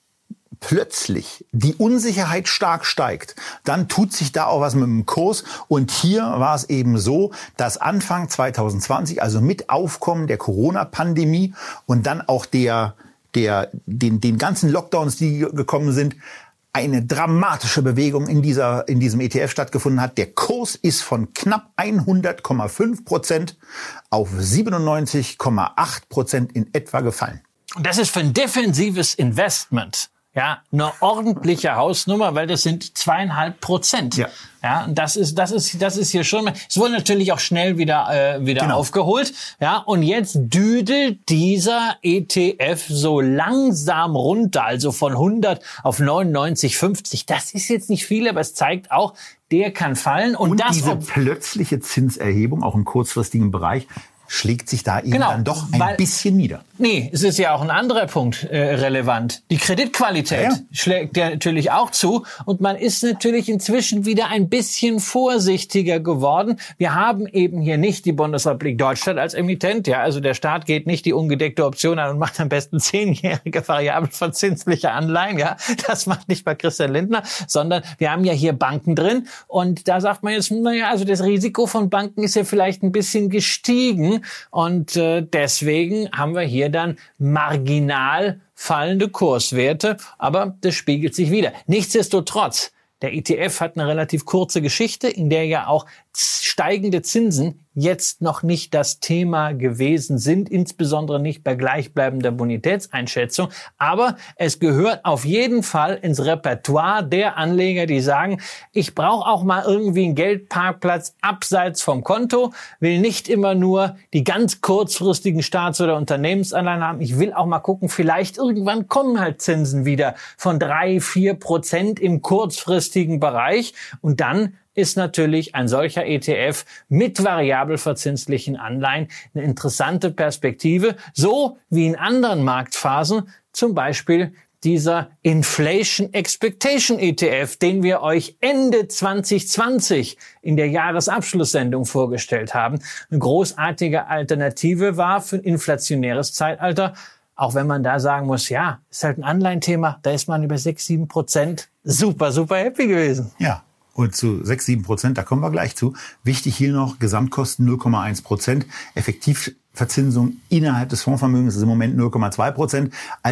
Speaker 2: plötzlich die Unsicherheit stark steigt, dann tut sich da auch was mit dem Kurs. Und hier war es eben so, dass Anfang zwanzig zwanzig, also mit Aufkommen der Corona-Pandemie und dann auch der der den den ganzen Lockdowns, die gekommen sind, eine dramatische Bewegung in dieser in diesem E T F stattgefunden hat. Der Kurs ist von knapp hundert Komma fünf Prozent auf siebenundneunzig Komma acht Prozent in etwa gefallen.
Speaker 3: Und das ist für ein defensives Investment ja eine ordentliche Hausnummer, weil das sind zweieinhalb Prozent. Ja. Ja, und das ist, das ist, das ist hier schon, es wurde natürlich auch schnell wieder, äh, wieder genau. aufgeholt. Ja, und jetzt düdelt dieser E T F so langsam runter, also von hundert auf neunundneunzig, fünfzig. Das ist jetzt nicht viel, aber es zeigt auch, der kann fallen. Und,
Speaker 2: und
Speaker 3: das,
Speaker 2: diese plötzliche Zinserhebung, auch im kurzfristigen Bereich, schlägt sich da eben genau, dann doch ein weil, bisschen nieder.
Speaker 3: Nee, es ist ja auch ein anderer Punkt äh, relevant. Die Kreditqualität ja, ja. schlägt ja natürlich auch zu und man ist natürlich inzwischen wieder ein bisschen vorsichtiger geworden. Wir haben eben hier nicht die Bundesrepublik Deutschland als Emittent. Ja, also der Staat geht nicht die ungedeckte Option an und macht am besten zehnjährige variabel verzinsliche Anleihen. Ja, das macht nicht mal Christian Lindner, sondern wir haben ja hier Banken drin und da sagt man jetzt, naja, also das Risiko von Banken ist ja vielleicht ein bisschen gestiegen. Und äh, deswegen haben wir hier dann marginal fallende Kurswerte, aber das spiegelt sich wieder. Nichtsdestotrotz, der E T F hat eine relativ kurze Geschichte, in der ja auch steigende Zinsen jetzt noch nicht das Thema gewesen sind, insbesondere nicht bei gleichbleibender Bonitätseinschätzung. Aber es gehört auf jeden Fall ins Repertoire der Anleger, die sagen, ich brauche auch mal irgendwie einen Geldparkplatz abseits vom Konto, will nicht immer nur die ganz kurzfristigen Staats- oder Unternehmensanleihen haben. Ich will auch mal gucken, vielleicht irgendwann kommen halt Zinsen wieder von drei, vier Prozent im kurzfristigen Bereich und dann ist natürlich ein solcher E T F mit variabel verzinslichen Anleihen eine interessante Perspektive, so wie in anderen Marktphasen, zum Beispiel dieser Inflation Expectation E T F, den wir euch Ende zwanzig zwanzig in der Jahresabschlusssendung vorgestellt haben. Eine großartige Alternative war für ein inflationäres Zeitalter, auch wenn man da sagen muss, ja, ist halt ein Anleihenthema, da ist man über sechs, sieben Prozent super, super happy gewesen.
Speaker 2: Ja. Und zu sechs, sieben Prozent, da kommen wir gleich zu. Wichtig hier noch, Gesamtkosten null Komma eins Prozent. Effektivverzinsung innerhalb des Fondsvermögens ist im Moment null Komma zwei Prozent. Also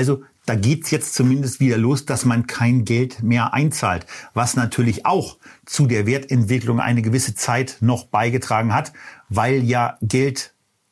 Speaker 2: da geht's jetzt zumindest wieder los, dass man kein Geld mehr einzahlt, was natürlich auch zu der Wertentwicklung eine gewisse Zeit noch beigetragen hat, weil ja Geld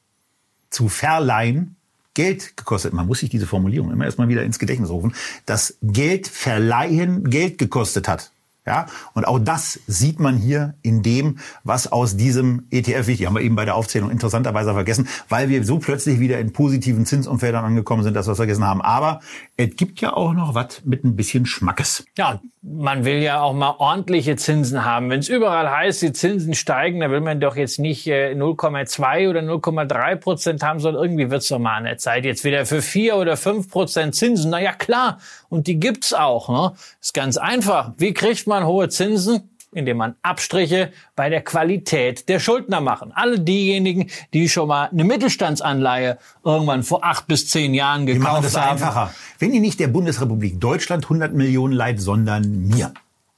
Speaker 2: zu verleihen Geld gekostet. Man muss sich diese Formulierung immer erstmal wieder ins Gedächtnis rufen, dass Geld verleihen Geld gekostet hat. Ja, und auch das sieht man hier in dem, was aus diesem E T F wichtig, haben wir eben bei der Aufzählung interessanterweise vergessen, weil wir so plötzlich wieder in positiven Zinsumfeldern angekommen sind, dass wir es vergessen haben. Aber es gibt ja auch noch was mit ein bisschen Schmackes.
Speaker 3: Ja, man will ja auch mal ordentliche Zinsen haben. Wenn es überall heißt, die Zinsen steigen, dann will man doch jetzt nicht null Komma zwei oder null Komma drei Prozent haben, sondern irgendwie wird es doch mal an der Zeit jetzt wieder für vier oder fünf Prozent Zinsen. Na ja, klar. Und die gibt's auch, ne? Ist ganz einfach. Wie kriegt man hohe Zinsen? Indem man Abstriche bei der Qualität der Schuldner machen. Alle diejenigen, die schon mal eine Mittelstandsanleihe irgendwann vor acht bis zehn Jahren gekauft haben.
Speaker 2: Die machen das einfacher. Wenn ihr nicht der Bundesrepublik Deutschland hundert Millionen leiht, sondern mir,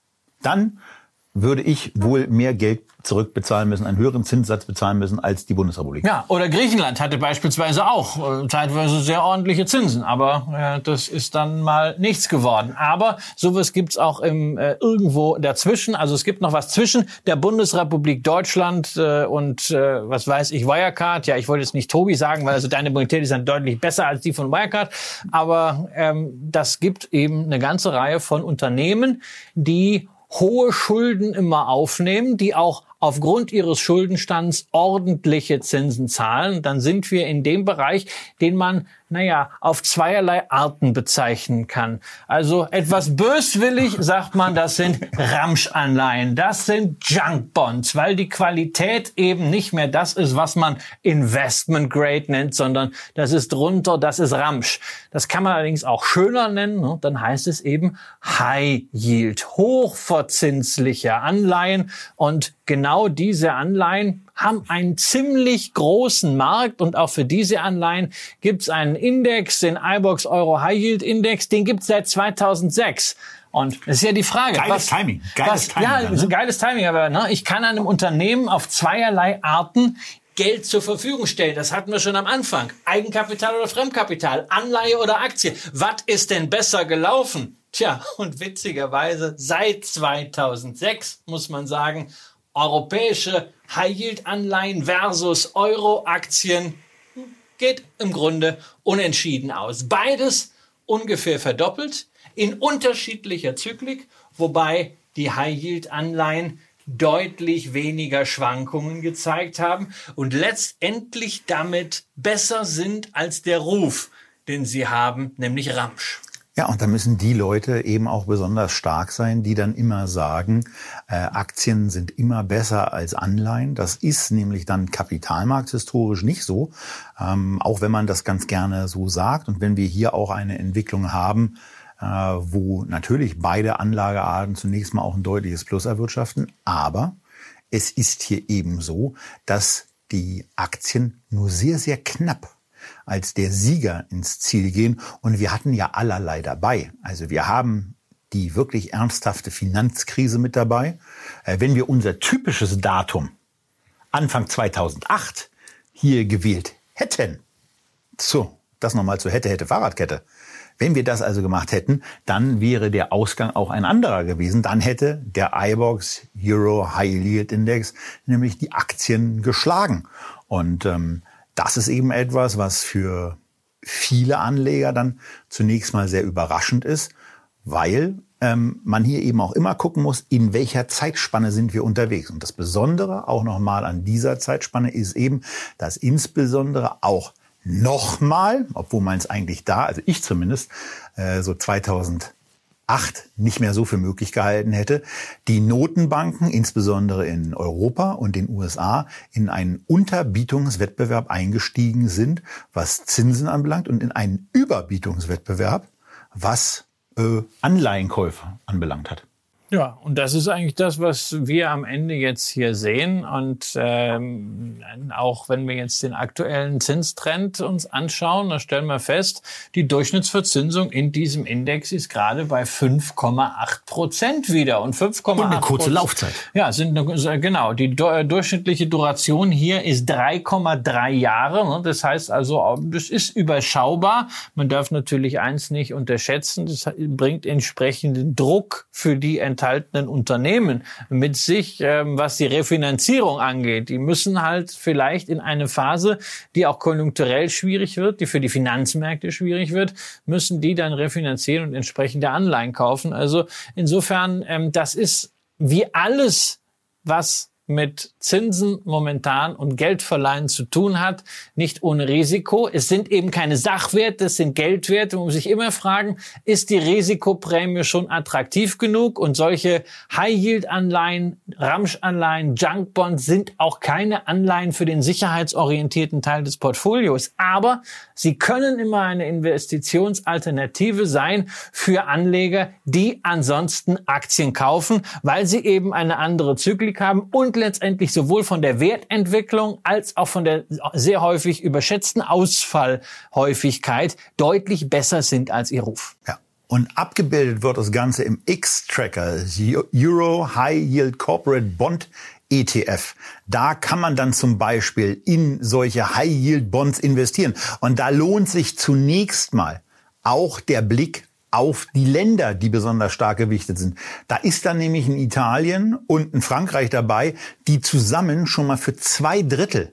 Speaker 2: dann würde ich wohl mehr Geld zurückbezahlen müssen, einen höheren Zinssatz bezahlen müssen als die Bundesrepublik.
Speaker 3: Ja, oder Griechenland hatte beispielsweise auch äh, zeitweise sehr ordentliche Zinsen, aber äh, das ist dann mal nichts geworden. Aber sowas gibt's auch im äh, irgendwo dazwischen. Also es gibt noch was zwischen der Bundesrepublik Deutschland äh, und äh, was weiß ich, Wirecard. Ja, ich wollte jetzt nicht Tobi sagen, weil also deine Bonität ist dann deutlich besser als die von Wirecard. Aber ähm, das gibt eben eine ganze Reihe von Unternehmen, die hohe Schulden immer aufnehmen, die auch aufgrund ihres Schuldenstands ordentliche Zinsen zahlen. Dann sind wir in dem Bereich, den man, naja, auf zweierlei Arten bezeichnen kann. Also etwas böswillig sagt man, das sind Ramschanleihen, das sind Junkbonds, weil die Qualität eben nicht mehr das ist, was man Investment Grade nennt, sondern das ist drunter, das ist Ramsch. Das kann man allerdings auch schöner nennen, ne? Dann heißt es eben High Yield, hochverzinsliche Anleihen, und genau diese Anleihen haben einen ziemlich großen Markt, und auch für diese Anleihen gibt es einen Index, den iBoxx Euro High Yield Index, den gibt es seit zweitausendsechs. Und es ist ja die Frage.
Speaker 2: Geiles
Speaker 3: was,
Speaker 2: Timing. Geiles
Speaker 3: was,
Speaker 2: Timing.
Speaker 3: Ja,
Speaker 2: Ja,
Speaker 3: ist
Speaker 2: ne?
Speaker 3: ein geiles Timing, aber ne, ich kann einem Unternehmen auf zweierlei Arten Geld zur Verfügung stellen. Das hatten wir schon am Anfang. Eigenkapital oder Fremdkapital, Anleihe oder Aktie. Was ist denn besser gelaufen? Tja, und witzigerweise seit zweitausendsechs muss man sagen, europäische High-Yield-Anleihen versus Euro-Aktien geht im Grunde unentschieden aus. Beides ungefähr verdoppelt in unterschiedlicher Zyklik, wobei die High-Yield-Anleihen deutlich weniger Schwankungen gezeigt haben und letztendlich damit besser sind als der Ruf, den sie haben, nämlich Ramsch.
Speaker 2: Ja, und da müssen die Leute eben auch besonders stark sein, die dann immer sagen, äh, Aktien sind immer besser als Anleihen. Das ist nämlich dann kapitalmarkthistorisch nicht so, ähm, auch wenn man das ganz gerne so sagt. Und wenn wir hier auch eine Entwicklung haben, äh, wo natürlich beide Anlagearten zunächst mal auch ein deutliches Plus erwirtschaften. Aber es ist hier eben so, dass die Aktien nur sehr, sehr knapp als der Sieger ins Ziel gehen. Und wir hatten ja allerlei dabei. Also wir haben die wirklich ernsthafte Finanzkrise mit dabei. Wenn wir unser typisches Datum Anfang zweitausendacht hier gewählt hätten, so, das nochmal zur hätte, hätte Fahrradkette. Wenn wir das also gemacht hätten, dann wäre der Ausgang auch ein anderer gewesen. Dann hätte der iBoxx Euro High Yield Index nämlich die Aktien geschlagen. Und ähm, das ist eben etwas, was für viele Anleger dann zunächst mal sehr überraschend ist, weil ähm, man hier eben auch immer gucken muss, in welcher Zeitspanne sind wir unterwegs. Und das Besondere auch nochmal an dieser Zeitspanne ist eben, dass insbesondere auch nochmal, obwohl man es eigentlich da, also ich zumindest, äh, so zweitausendacht nicht mehr so für möglich gehalten hätte, die Notenbanken, insbesondere in Europa und den U S A, in einen Unterbietungswettbewerb eingestiegen sind, was Zinsen anbelangt, und in einen Überbietungswettbewerb, was äh, Anleihenkäufe anbelangt hat.
Speaker 3: Ja, und das ist eigentlich das, was wir am Ende jetzt hier sehen. Und ähm, auch wenn wir jetzt den aktuellen Zinstrend uns anschauen, da stellen wir fest, die Durchschnittsverzinsung in diesem Index ist gerade bei fünf Komma acht Prozent wieder. Und fünf Komma acht
Speaker 2: Und eine kurze Laufzeit.
Speaker 3: Ja, sind eine, genau. Die do, durchschnittliche Duration hier ist drei Komma drei Jahre. Das heißt also, das ist überschaubar. Man darf natürlich eins nicht unterschätzen. Das bringt entsprechenden Druck für die enthaltenen Unternehmen mit sich, was die Refinanzierung angeht. Die müssen halt vielleicht in eine Phase, die auch konjunkturell schwierig wird, die für die Finanzmärkte schwierig wird, müssen die dann refinanzieren und entsprechende Anleihen kaufen. Also insofern, das ist wie alles, was mit Zinsen momentan und Geldverleihen zu tun hat, nicht ohne Risiko. Es sind eben keine Sachwerte, es sind Geldwerte. Man muss sich immer fragen, ist die Risikoprämie schon attraktiv genug? Und solche High-Yield-Anleihen, Ramsch-Anleihen, Junk-Bonds sind auch keine Anleihen für den sicherheitsorientierten Teil des Portfolios. Aber sie können immer eine Investitionsalternative sein für Anleger, die ansonsten Aktien kaufen, weil sie eben eine andere Zyklik haben und letztendlich sowohl von der Wertentwicklung als auch von der sehr häufig überschätzten Ausfallhäufigkeit deutlich besser sind als ihr Ruf.
Speaker 2: Ja. Und abgebildet wird das Ganze im X-Tracker, Euro High Yield Corporate Bond E T F. Da kann man dann zum Beispiel in solche High Yield Bonds investieren. Und da lohnt sich zunächst mal auch der Blick auf die Länder, die besonders stark gewichtet sind. Da ist dann nämlich ein Italien und ein Frankreich dabei, die zusammen schon mal für zwei Drittel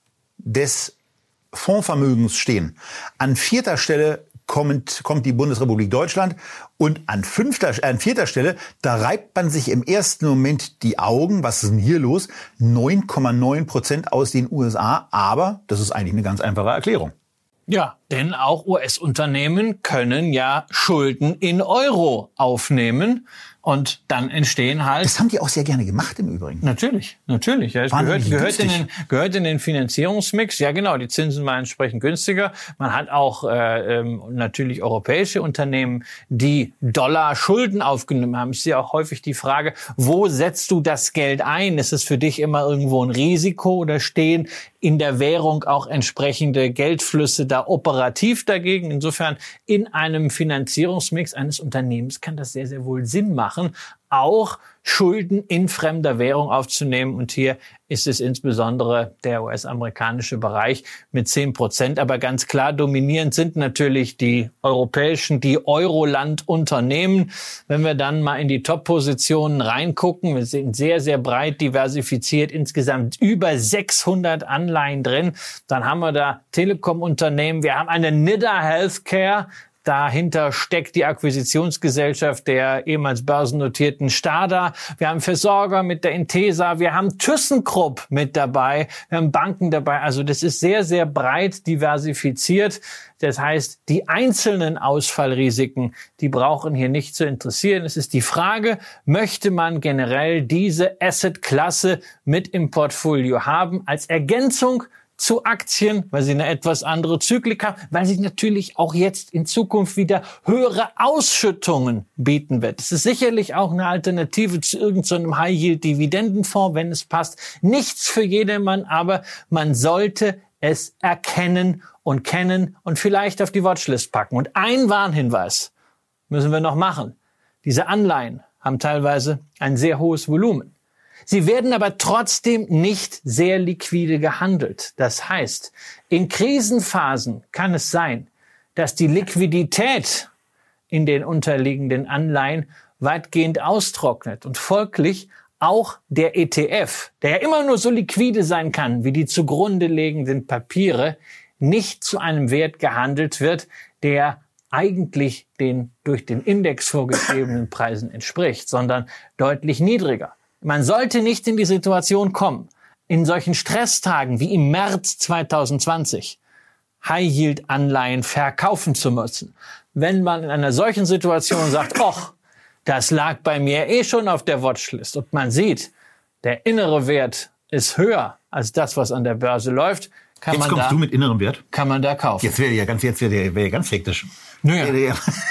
Speaker 2: des Fondsvermögens stehen. An vierter Stelle kommt, kommt die Bundesrepublik Deutschland und an fünfter, äh, an vierter Stelle, da reibt man sich im ersten Moment die Augen. Was ist denn hier los? neun Komma neun Prozent aus den U S A, aber das ist eigentlich eine ganz einfache Erklärung.
Speaker 3: Ja, denn auch U S-Unternehmen können ja Schulden in Euro aufnehmen und dann entstehen halt...
Speaker 2: Das haben die auch sehr gerne gemacht im Übrigen.
Speaker 3: Natürlich, natürlich. Ja, es gehört, gehört, in den, gehört in den Finanzierungsmix. Ja genau, die Zinsen waren entsprechend günstiger. Man hat auch äh, ähm, natürlich europäische Unternehmen, die Dollar-Schulden aufgenommen haben. Es ist ja auch häufig die Frage, wo setzt du das Geld ein? Ist es für dich immer irgendwo ein Risiko oder stehen in der Währung auch entsprechende Geldflüsse da operativ dagegen? Insofern in einem Finanzierungsmix eines Unternehmens kann das sehr, sehr wohl Sinn machen, auch Schulden in fremder Währung aufzunehmen. Und hier ist es insbesondere der U S-amerikanische Bereich mit zehn Prozent. Aber ganz klar dominierend sind natürlich die europäischen, die Euroland-Unternehmen. Wenn wir dann mal in die Top-Positionen reingucken, wir sind sehr, sehr breit diversifiziert, insgesamt über sechshundert Anleihen drin. Dann haben wir da Telekom-Unternehmen, wir haben eine Nidda Healthcare. Dahinter steckt die Akquisitionsgesellschaft der ehemals börsennotierten Stada. Wir haben Versorger mit der Intesa. Wir haben ThyssenKrupp mit dabei. Wir haben Banken dabei. Also das ist sehr, sehr breit diversifiziert. Das heißt, die einzelnen Ausfallrisiken, die brauchen hier nicht zu interessieren. Es ist die Frage, möchte man generell diese Assetklasse mit im Portfolio haben als Ergänzung zu Aktien, weil sie eine etwas andere Zyklik haben, weil sie natürlich auch jetzt in Zukunft wieder höhere Ausschüttungen bieten wird. Es ist sicherlich auch eine Alternative zu irgendeinem so High-Yield-Dividendenfonds, wenn es passt. Nichts für jedermann, aber man sollte es erkennen und kennen und vielleicht auf die Watchlist packen. Und ein Warnhinweis müssen wir noch machen. Diese Anleihen haben teilweise ein sehr hohes Volumen. Sie werden aber trotzdem nicht sehr liquide gehandelt. Das heißt, in Krisenphasen kann es sein, dass die Liquidität in den unterliegenden Anleihen weitgehend austrocknet und folglich auch der E T F, der ja immer nur so liquide sein kann wie die zugrunde liegenden Papiere, nicht zu einem Wert gehandelt wird, der eigentlich den durch den Index vorgegebenen Preisen entspricht, sondern deutlich niedriger. Man sollte nicht in die Situation kommen, in solchen Stresstagen wie im März zwanzig zwanzig High-Yield-Anleihen verkaufen zu müssen. Wenn man in einer solchen Situation sagt, och, das lag bei mir eh schon auf der Watchlist und man sieht, der innere Wert ist höher als das, was an der Börse läuft, kann
Speaker 2: jetzt
Speaker 3: man
Speaker 2: kommst
Speaker 3: da,
Speaker 2: du mit innerem Wert?
Speaker 3: Kann man da kaufen.
Speaker 2: Jetzt wäre ja ganz, jetzt wäre ja ganz hektisch.
Speaker 3: Naja.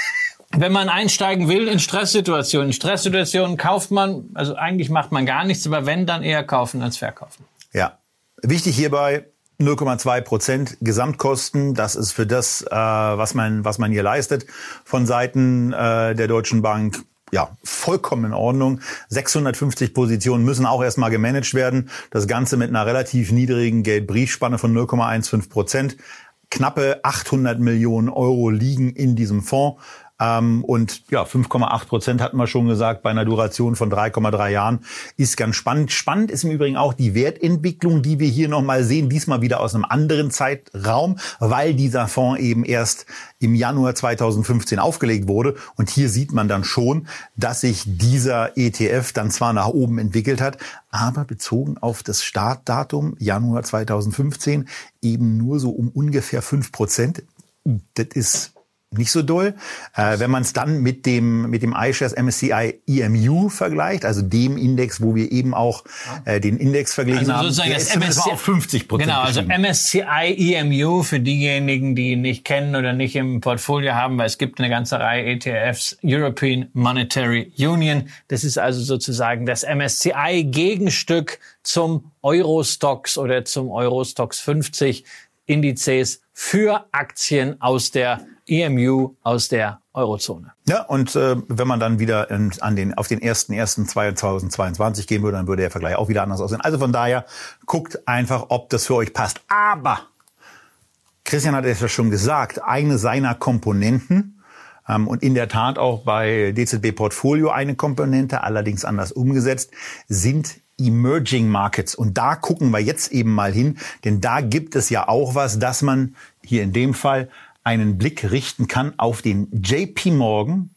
Speaker 3: wenn man einsteigen will in Stresssituationen. In Stresssituationen kauft man, also eigentlich macht man gar nichts, aber wenn, dann eher kaufen als verkaufen.
Speaker 2: Ja, wichtig hierbei null Komma zwei Prozent Gesamtkosten. Das ist für das, äh, was man was man hier leistet von Seiten äh, der Deutschen Bank, ja, vollkommen in Ordnung. sechshundertfünfzig Positionen müssen auch erstmal gemanagt werden. Das Ganze mit einer relativ niedrigen Geldbriefspanne von null Komma fünfzehn Prozent. Knappe achthundert Millionen Euro liegen in diesem Fonds. Ähm, und ja, fünf Komma acht Prozent hatten wir schon gesagt, bei einer Duration von drei Komma drei Jahren. Ist ganz spannend. Spannend ist im Übrigen auch die Wertentwicklung, die wir hier nochmal sehen. Diesmal wieder aus einem anderen Zeitraum, weil dieser Fonds eben erst im Januar zweitausendfünfzehn aufgelegt wurde. Und hier sieht man dann schon, dass sich dieser E T F dann zwar nach oben entwickelt hat, aber bezogen auf das Startdatum Januar zweitausendfünfzehn eben nur so um ungefähr fünf Prozent. Das ist nicht so doll. Äh, wenn man es dann mit dem mit dem iShares M S C I E M U vergleicht, also dem Index, wo wir eben auch äh, den Index verglichen
Speaker 3: also
Speaker 2: haben, der
Speaker 3: das
Speaker 2: ist
Speaker 3: M S C I
Speaker 2: auf fünfzig Prozent.
Speaker 3: Genau, also M S C I E M U für diejenigen, die ihn nicht kennen oder nicht im Portfolio haben, weil es gibt eine ganze Reihe E T Fs, European Monetary Union. Das ist also sozusagen das M S C I-Gegenstück zum Eurostoxx oder zum Eurostoxx fünfzig Indizes für Aktien aus der E M U, aus der Eurozone.
Speaker 2: Ja, und äh, wenn man dann wieder in, an den auf den ersten ersten zweitausendzweiundzwanzig gehen würde, dann würde der Vergleich auch wieder anders aussehen. Also von daher, guckt einfach, ob das für euch passt. Aber Christian hat es ja schon gesagt, eine seiner Komponenten ähm, und in der Tat auch bei D Z B Portfolio eine Komponente, allerdings anders umgesetzt, sind Emerging Markets. Und da gucken wir jetzt eben mal hin, denn da gibt es ja auch was, dass man hier in dem Fall einen Blick richten kann auf den J P Morgan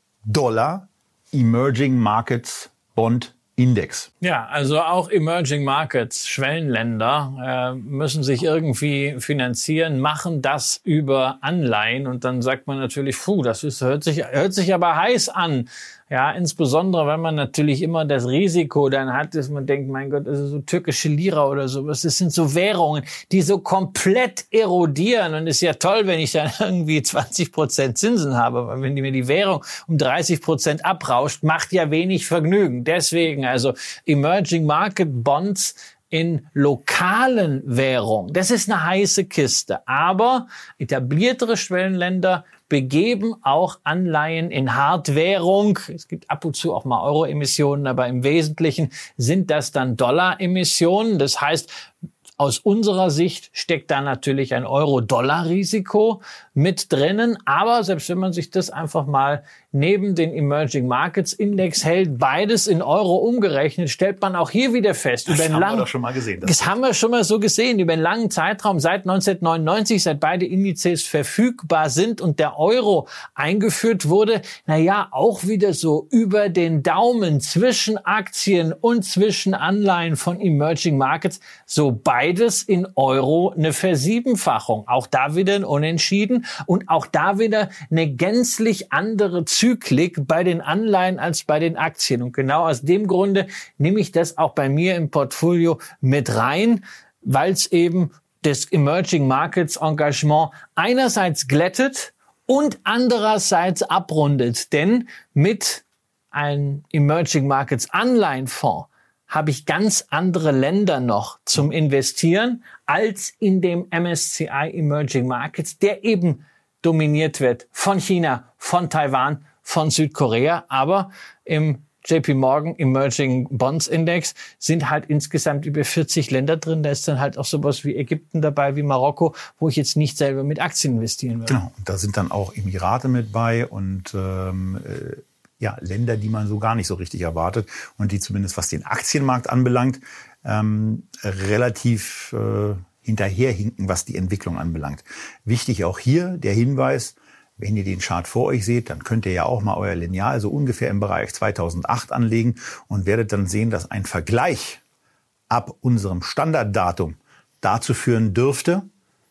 Speaker 2: Dollar Emerging Markets Bond Index.
Speaker 3: Ja, also auch Emerging Markets, Schwellenländer, äh, müssen sich irgendwie finanzieren, machen das über Anleihen und dann sagt man natürlich, puh, das ist, hört sich, hört sich aber heiß an. Ja, insbesondere, wenn man natürlich immer das Risiko dann hat, dass man denkt, mein Gott, das ist so türkische Lira oder sowas. Das sind so Währungen, die so komplett erodieren. Und es ist ja toll, wenn ich dann irgendwie zwanzig Prozent Zinsen habe. Weil wenn die mir die Währung um dreißig Prozent abrauscht, macht ja wenig Vergnügen. Deswegen also Emerging Market Bonds in lokalen Währungen. Das ist eine heiße Kiste. Aber etabliertere Schwellenländer begeben auch Anleihen in Hardwährung. Es gibt ab und zu auch mal Euro-Emissionen, aber im Wesentlichen sind das dann Dollar-Emissionen. Das heißt, aus unserer Sicht steckt da natürlich ein Euro-Dollar-Risiko mit drinnen. Aber selbst wenn man sich das einfach mal neben den Emerging Markets Index hält, beides in Euro umgerechnet, stellt man auch hier wieder fest.
Speaker 2: Das
Speaker 3: über einen
Speaker 2: haben
Speaker 3: langen,
Speaker 2: wir doch schon mal gesehen. Das,
Speaker 3: das haben wir schon mal so gesehen. Über einen langen Zeitraum, seit neunzehnhundertneunundneunzig, seit beide Indizes verfügbar sind und der Euro eingeführt wurde, na ja, auch wieder so über den Daumen zwischen Aktien und zwischen Anleihen von Emerging Markets, so beides in Euro eine Versiebenfachung. Auch da wieder ein Unentschieden und auch da wieder eine gänzlich andere Zyklik bei den Anleihen als bei den Aktien. Und genau aus dem Grunde nehme ich das auch bei mir im Portfolio mit rein, weil es eben das Emerging Markets Engagement einerseits glättet und andererseits abrundet. Denn mit einem Emerging Markets Anleihenfonds habe ich ganz andere Länder noch zum Investieren als in dem M S C I Emerging Markets, der eben dominiert wird von China, von Taiwan, von Südkorea. Aber im J P Morgan Emerging Bonds Index sind halt insgesamt über vierzig Länder drin. Da ist dann halt auch sowas wie Ägypten dabei, wie Marokko, wo ich jetzt nicht selber mit Aktien investieren würde.
Speaker 2: Genau, da sind dann auch Emirate mit bei und ähm, äh, ja, Länder, die man so gar nicht so richtig erwartet und die zumindest, was den Aktienmarkt anbelangt, ähm, relativ äh, hinterherhinken, was die Entwicklung anbelangt. Wichtig auch hier der Hinweis, wenn ihr den Chart vor euch seht, dann könnt ihr ja auch mal euer Lineal so ungefähr im Bereich zweitausendacht anlegen und werdet dann sehen, dass ein Vergleich ab unserem Standarddatum dazu führen dürfte,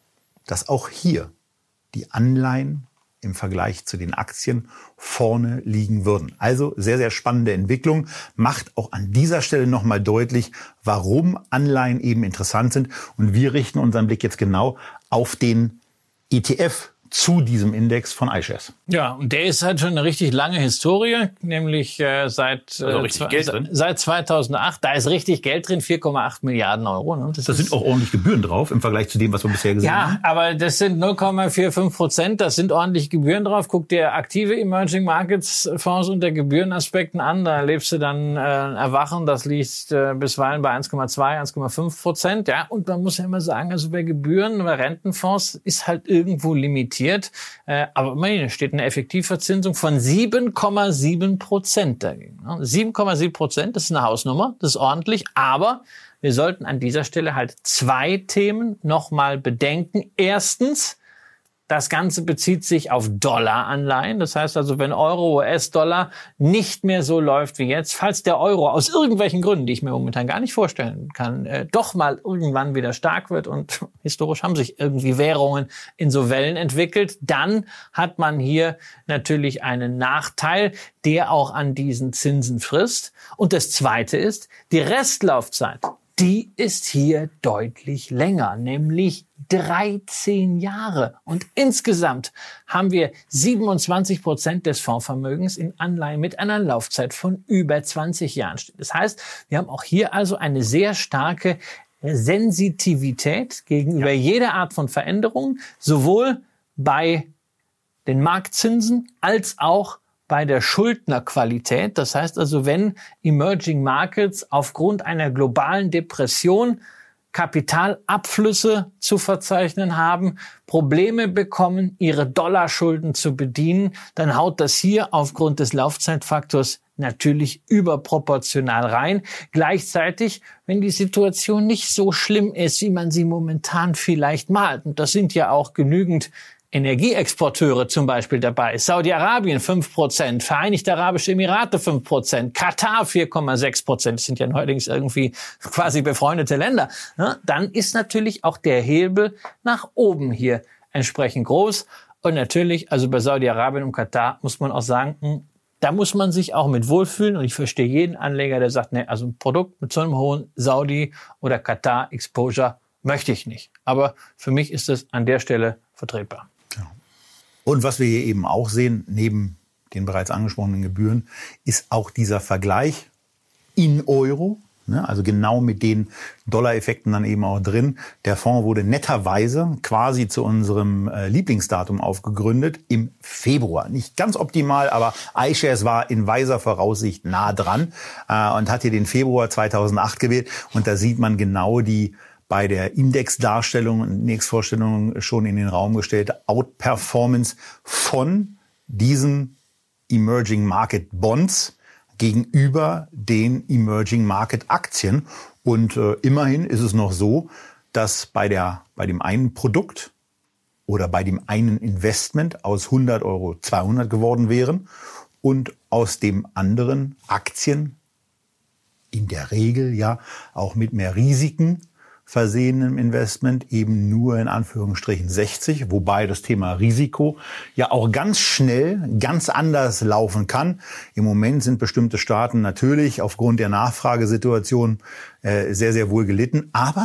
Speaker 2: dass auch hier die Anleihen im Vergleich zu den Aktien vorne liegen würden. Also sehr, sehr spannende Entwicklung. Macht auch an dieser Stelle nochmal deutlich, warum Anleihen eben interessant sind. Und wir richten unseren Blick jetzt genau auf den E T F zu diesem Index von iShares.
Speaker 3: Ja, und der ist halt schon eine richtig lange Historie, nämlich äh, seit,
Speaker 2: also richtig
Speaker 3: äh,
Speaker 2: Geld drin.
Speaker 3: seit zweitausendacht. Da ist richtig Geld drin, vier Komma acht Milliarden Euro. Ne?
Speaker 2: Das, das sind auch ordentlich Gebühren drauf im Vergleich zu dem, was wir bisher gesehen
Speaker 3: ja,
Speaker 2: haben.
Speaker 3: Ja, aber das sind null Komma fünfundvierzig Prozent. Das sind ordentlich Gebühren drauf. Guck dir aktive Emerging Markets Fonds unter Gebührenaspekten an. Da erlebst du dann äh, ein Erwachen. Das liegt äh, bisweilen bei eins Komma zwei, eins Komma fünf Prozent. Ja, und man muss ja immer sagen, also bei Gebühren, bei Rentenfonds ist halt irgendwo limitiert. Äh, aber immerhin steht eine Effektivverzinsung von sieben Komma sieben Prozent dagegen. sieben Komma sieben Prozent, das ist eine Hausnummer, das ist ordentlich. Aber wir sollten an dieser Stelle halt zwei Themen nochmal bedenken. Erstens, das Ganze bezieht sich auf Dollaranleihen. Das heißt also, wenn Euro, U S-Dollar nicht mehr so läuft wie jetzt, falls der Euro aus irgendwelchen Gründen, die ich mir momentan gar nicht vorstellen kann, äh, doch mal irgendwann wieder stark wird und historisch haben sich irgendwie Währungen in so Wellen entwickelt, dann hat man hier natürlich einen Nachteil, der auch an diesen Zinsen frisst. Und das Zweite ist, die Restlaufzeit, die ist hier deutlich länger, nämlich dreizehn Jahre. Und insgesamt haben wir siebenundzwanzig Prozent des Fondsvermögens in Anleihen mit einer Laufzeit von über zwanzig Jahren. Das heißt, wir haben auch hier also eine sehr starke Sensitivität gegenüber ja. jeder Art von Veränderung, sowohl bei den Marktzinsen als auch bei der Schuldnerqualität. Das heißt also, wenn Emerging Markets aufgrund einer globalen Depression Kapitalabflüsse zu verzeichnen haben, Probleme bekommen, ihre Dollarschulden zu bedienen, dann haut das hier aufgrund des Laufzeitfaktors natürlich überproportional rein. Gleichzeitig, wenn die Situation nicht so schlimm ist, wie man sie momentan vielleicht malt, und das sind ja auch genügend Energieexporteure zum Beispiel dabei. Saudi-Arabien fünf Prozent, Vereinigte Arabische Emirate fünf Prozent, Katar vier Komma sechs Prozent, das sind ja neuerdings irgendwie quasi befreundete Länder. Dann ist natürlich auch der Hebel nach oben hier entsprechend groß. Und natürlich, also bei Saudi-Arabien und Katar muss man auch sagen, da muss man sich auch mit wohlfühlen. Und ich verstehe jeden Anleger, der sagt, nee, also ein Produkt mit so einem hohen Saudi- oder Katar-Exposure möchte ich nicht. Aber für mich ist es an der Stelle vertretbar.
Speaker 2: Und was wir hier eben auch sehen, neben den bereits angesprochenen Gebühren, ist auch dieser Vergleich in Euro, ne, also genau mit den Dollar-Effekten dann eben auch drin. Der Fonds wurde netterweise quasi zu unserem äh, Lieblingsdatum aufgegründet im Februar. Nicht ganz optimal, aber iShares war in weiser Voraussicht nah dran äh, und hat hier den Februar zweitausendacht gewählt. Und da sieht man genau die bei der Indexdarstellung und Indexvorstellung schon in den Raum gestellte Outperformance von diesen Emerging Market Bonds gegenüber den Emerging Market Aktien. Und äh, immerhin ist es noch so, dass bei der bei dem einen Produkt oder bei dem einen Investment aus hundert Euro zweihundert geworden wären und aus dem anderen Aktien in der Regel ja auch mit mehr Risiken versehenem Investment eben nur in Anführungsstrichen sechzig, wobei das Thema Risiko ja auch ganz schnell, ganz anders laufen kann. Im Moment sind bestimmte Staaten natürlich aufgrund der Nachfragesituation äh, sehr, sehr wohl gelitten, aber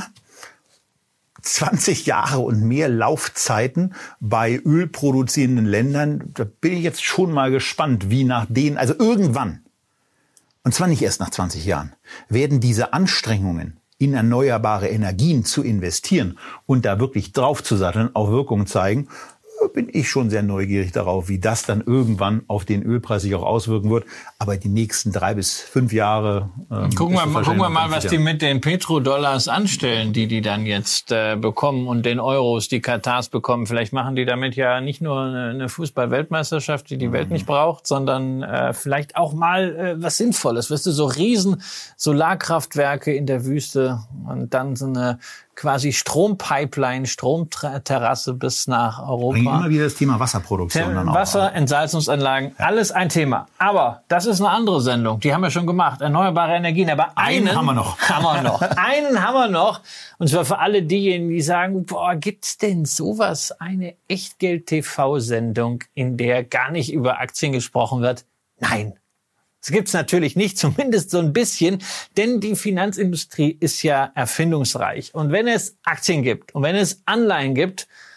Speaker 2: zwanzig Jahre und mehr Laufzeiten bei ölproduzierenden Ländern, da bin ich jetzt schon mal gespannt, wie nach denen, also irgendwann, und zwar nicht erst nach zwanzig Jahren, werden diese Anstrengungen in erneuerbare Energien zu investieren und da wirklich drauf zu satteln, auch Wirkung zeigen, bin ich schon sehr neugierig darauf, wie das dann irgendwann auf den Ölpreis sich auch auswirken wird. Aber die nächsten drei bis fünf Jahre... Ähm,
Speaker 3: gucken wir mal, gucken wir mal was die mit den Petrodollars anstellen, die die dann jetzt äh, bekommen und den Euros, die Katars bekommen. Vielleicht machen die damit ja nicht nur eine, eine Fußball-Weltmeisterschaft, die die mhm. Welt nicht braucht, sondern äh, vielleicht auch mal äh, was Sinnvolles. Weißt du, so riesen Solarkraftwerke in der Wüste und dann so eine quasi Strompipeline, Stromterrasse bis nach Europa.
Speaker 2: Bringen immer wieder das Thema Wasserproduktion dann auch.
Speaker 3: Wasser, Entsalzungsanlagen, ja. Alles ein Thema. Aber das ist eine andere Sendung, die haben wir schon gemacht. Erneuerbare Energien. Aber einen,
Speaker 2: einen haben wir noch.
Speaker 3: Haben wir noch. Einen haben wir noch. Und zwar für alle diejenigen, die sagen, boah, gibt's denn sowas? Eine Echtgeld-T V-Sendung, in der gar nicht über Aktien gesprochen wird? Nein. Das gibt's natürlich nicht, zumindest so ein bisschen, denn die Finanzindustrie ist ja erfindungsreich. Und wenn es Aktien gibt und wenn es Anleihen gibt,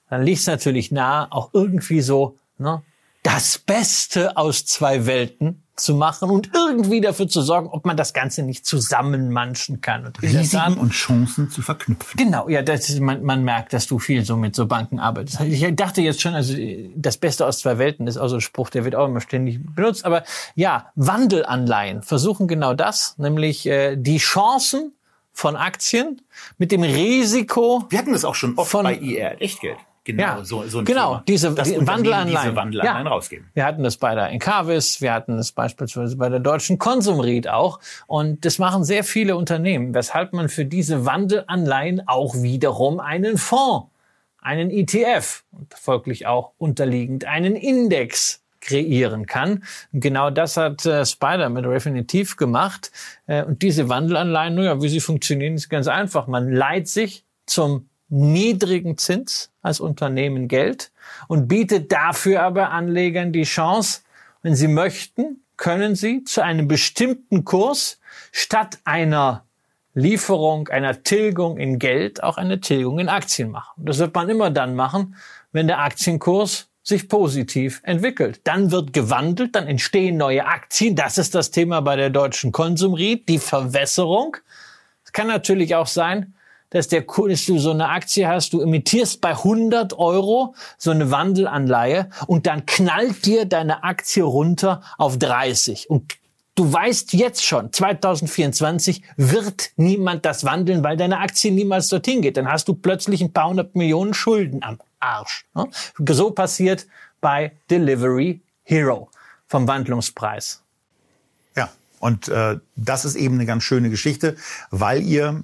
Speaker 3: dann liegt es natürlich nahe, auch irgendwie so, ne, das Beste aus zwei Welten zu machen und irgendwie dafür zu sorgen, ob man das Ganze nicht zusammenmanschen kann. Und
Speaker 2: Risiken und Chancen zu verknüpfen.
Speaker 3: Genau, ja, das ist, man, man merkt, dass du viel so mit so Banken arbeitest. Ich dachte jetzt schon, also das Beste aus zwei Welten ist auch so ein Spruch, der wird auch immer ständig benutzt. Aber ja, Wandelanleihen versuchen genau das, nämlich äh, die Chancen von Aktien mit dem Risiko.
Speaker 2: Wir hatten das auch schon oft
Speaker 3: von,
Speaker 2: bei I R Echtgeld. Genau,
Speaker 3: ja,
Speaker 2: so, so ein
Speaker 3: genau,
Speaker 2: Thema.
Speaker 3: diese
Speaker 2: das
Speaker 3: die Wandelanleihen,
Speaker 2: diese Wandelanleihen
Speaker 3: ja.
Speaker 2: rausgeben.
Speaker 3: Wir hatten das bei der Encavis, wir hatten das beispielsweise bei der Deutschen Konsumried auch. Und das machen sehr viele Unternehmen, weshalb man für diese Wandelanleihen auch wiederum einen Fonds, einen E T F und folglich auch unterliegend einen Index kreieren kann. Und genau das hat äh, Spider mit Refinitiv gemacht. Äh, und diese Wandelanleihen, naja, wie sie funktionieren, ist ganz einfach. Man leiht sich zum niedrigen Zins als Unternehmen Geld und bietet dafür aber Anlegern die Chance, wenn sie möchten, können sie zu einem bestimmten Kurs statt einer Lieferung, einer Tilgung in Geld auch eine Tilgung in Aktien machen. Das wird man immer dann machen, wenn der Aktienkurs sich positiv entwickelt. Dann wird gewandelt, dann entstehen neue Aktien. Das ist das Thema bei der Deutschen Konsumried, die Verwässerung. Es kann natürlich auch sein, dass der Kurs, du so eine Aktie hast, du emittierst bei hundert Euro so eine Wandelanleihe und dann knallt dir deine Aktie runter auf dreißig. Und du weißt jetzt schon, zwanzig vierundzwanzig wird niemand das wandeln, weil deine Aktie niemals dorthin geht. Dann hast du plötzlich ein paar hundert Millionen Schulden am Arsch. So passiert bei Delivery Hero vom Wandlungspreis.
Speaker 2: Ja, und äh, das ist eben eine ganz schöne Geschichte, weil ihr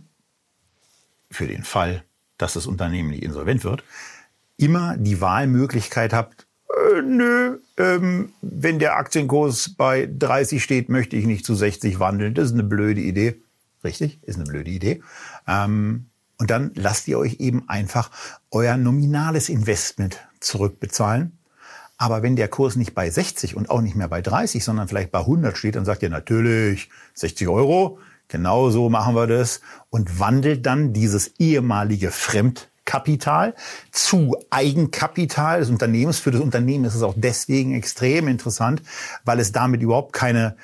Speaker 2: für den Fall, dass das Unternehmen nicht insolvent wird, immer die Wahlmöglichkeit habt, äh, nö, ähm, wenn der Aktienkurs bei dreißig steht, möchte ich nicht zu sechzig wandeln. Das ist eine blöde Idee. Richtig, ist eine blöde Idee. Ähm, und dann lasst ihr euch eben einfach euer nominales Investment zurückbezahlen. Aber wenn der Kurs nicht bei sechzig und auch nicht mehr bei dreißig, sondern vielleicht bei hundert steht, dann sagt ihr natürlich sechzig Euro, genau so machen wir das und wandelt dann dieses ehemalige Fremdkapital zu Eigenkapital des Unternehmens. Für das Unternehmen ist es auch deswegen extrem interessant, weil es damit überhaupt keine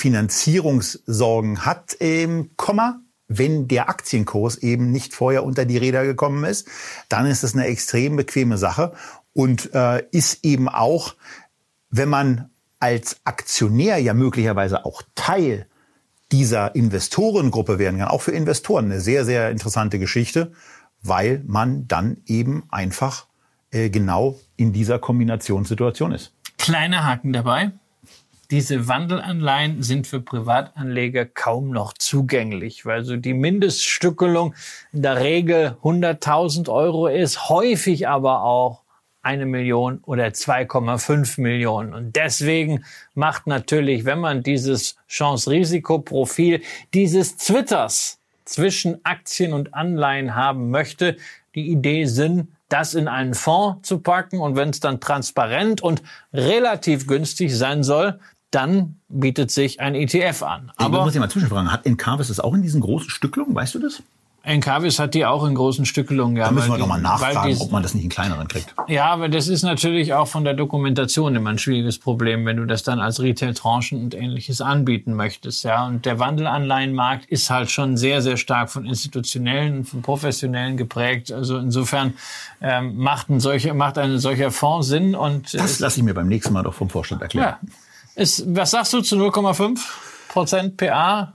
Speaker 2: Refinanzierungssorgen hat, ähm, Komma. Wenn der Aktienkurs eben nicht vorher unter die Räder gekommen ist, dann ist es eine extrem bequeme Sache und äh, ist eben auch, wenn man als Aktionär ja möglicherweise auch Teil dieser Investorengruppe werden kann, auch für Investoren eine sehr, sehr interessante Geschichte, weil man dann eben einfach äh, genau in dieser Kombinationssituation ist.
Speaker 3: Kleiner Haken dabei. Diese Wandelanleihen sind für Privatanleger kaum noch zugänglich, weil so die Mindeststückelung in der Regel hunderttausend Euro ist, häufig aber auch eine Million oder zwei Komma fünf Millionen. Und deswegen macht natürlich, wenn man dieses Chance-Risiko-Profil dieses Zwitters zwischen Aktien und Anleihen haben möchte, die Idee Sinn, das in einen Fonds zu packen. Und wenn es dann transparent und relativ günstig sein soll, dann bietet sich ein E T F an.
Speaker 2: Aber ich muss ich mal zwischenfragen, hat Encavis das auch in diesen großen Stückelungen, weißt du das?
Speaker 3: Encavis hat die auch in großen Stückelungen. Ja,
Speaker 2: da müssen wir
Speaker 3: die,
Speaker 2: doch mal nachfragen,
Speaker 3: die,
Speaker 2: ob man das nicht in kleineren kriegt.
Speaker 3: Ja, aber das ist natürlich auch von der Dokumentation immer ein schwieriges Problem, wenn du das dann als Retail-Tranchen und Ähnliches anbieten möchtest. Ja, und der Wandelanleihenmarkt ist halt schon sehr, sehr stark von institutionellen, von professionellen geprägt. Also insofern ähm, macht ein solcher, macht ein solcher Fonds Sinn. Und
Speaker 2: das lasse ich mir beim nächsten Mal doch vom Vorstand erklären.
Speaker 3: Ja. Ist, was sagst du zu null Komma fünf Prozent P A?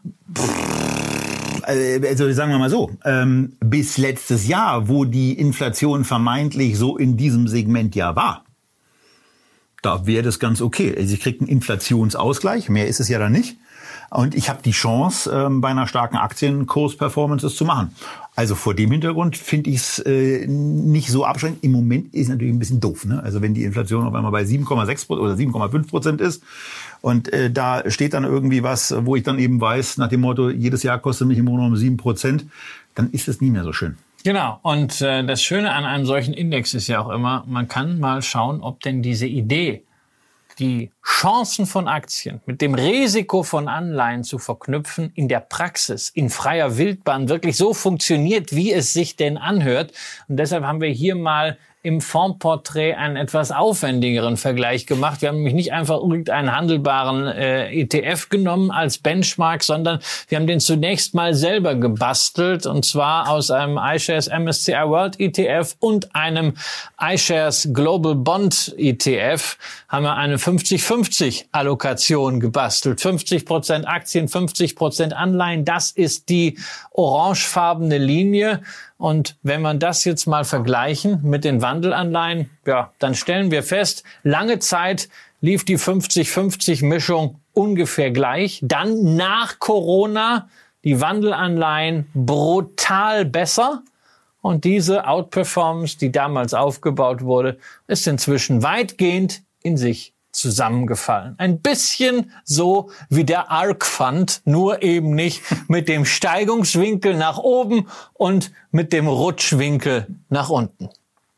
Speaker 2: Also sagen wir mal so, ähm, bis letztes Jahr, wo die Inflation vermeintlich so in diesem Segment ja war, da wäre das ganz okay. Also ich kriege einen Inflationsausgleich, mehr ist es ja dann nicht. Und ich habe die Chance, ähm, bei einer starken Aktienkursperformance das zu machen. Also vor dem Hintergrund finde ich es äh, nicht so abschreckend. Im Moment ist es natürlich ein bisschen doof, ne? Also wenn die Inflation auf einmal bei sieben Komma sechs oder sieben Komma fünf Prozent ist und äh, da steht dann irgendwie was, wo ich dann eben weiß, nach dem Motto, jedes Jahr kostet mich im Monat um sieben Prozent, dann ist es nicht mehr so schön.
Speaker 3: Genau. Und äh, das Schöne an einem solchen Index ist ja auch immer, man kann mal schauen, ob denn diese Idee, die Chancen von Aktien mit dem Risiko von Anleihen zu verknüpfen, in der Praxis, in freier Wildbahn wirklich so funktioniert, wie es sich denn anhört. Und deshalb haben wir hier mal im Fondsporträt einen etwas aufwendigeren Vergleich gemacht. Wir haben nämlich nicht einfach irgendeinen handelbaren äh, E T F genommen als Benchmark, sondern wir haben den zunächst mal selber gebastelt, und zwar aus einem iShares M S C I World E T F und einem iShares Global Bond E T F haben wir eine fünfzig fünfzig Allokation gebastelt. fünfzig Prozent Aktien, fünfzig Prozent Anleihen, das ist die orangefarbene Linie. Und wenn man das jetzt mal vergleichen mit den Wandelanleihen, ja, dann stellen wir fest, lange Zeit lief die fünfzig fünfzig Mischung ungefähr gleich. Dann nach Corona die Wandelanleihen brutal besser. Und diese Outperformance, die damals aufgebaut wurde, ist inzwischen weitgehend in sich zusammengefallen. Ein bisschen so wie der ARK Fund, nur eben nicht mit dem Steigungswinkel nach oben und mit dem Rutschwinkel nach unten.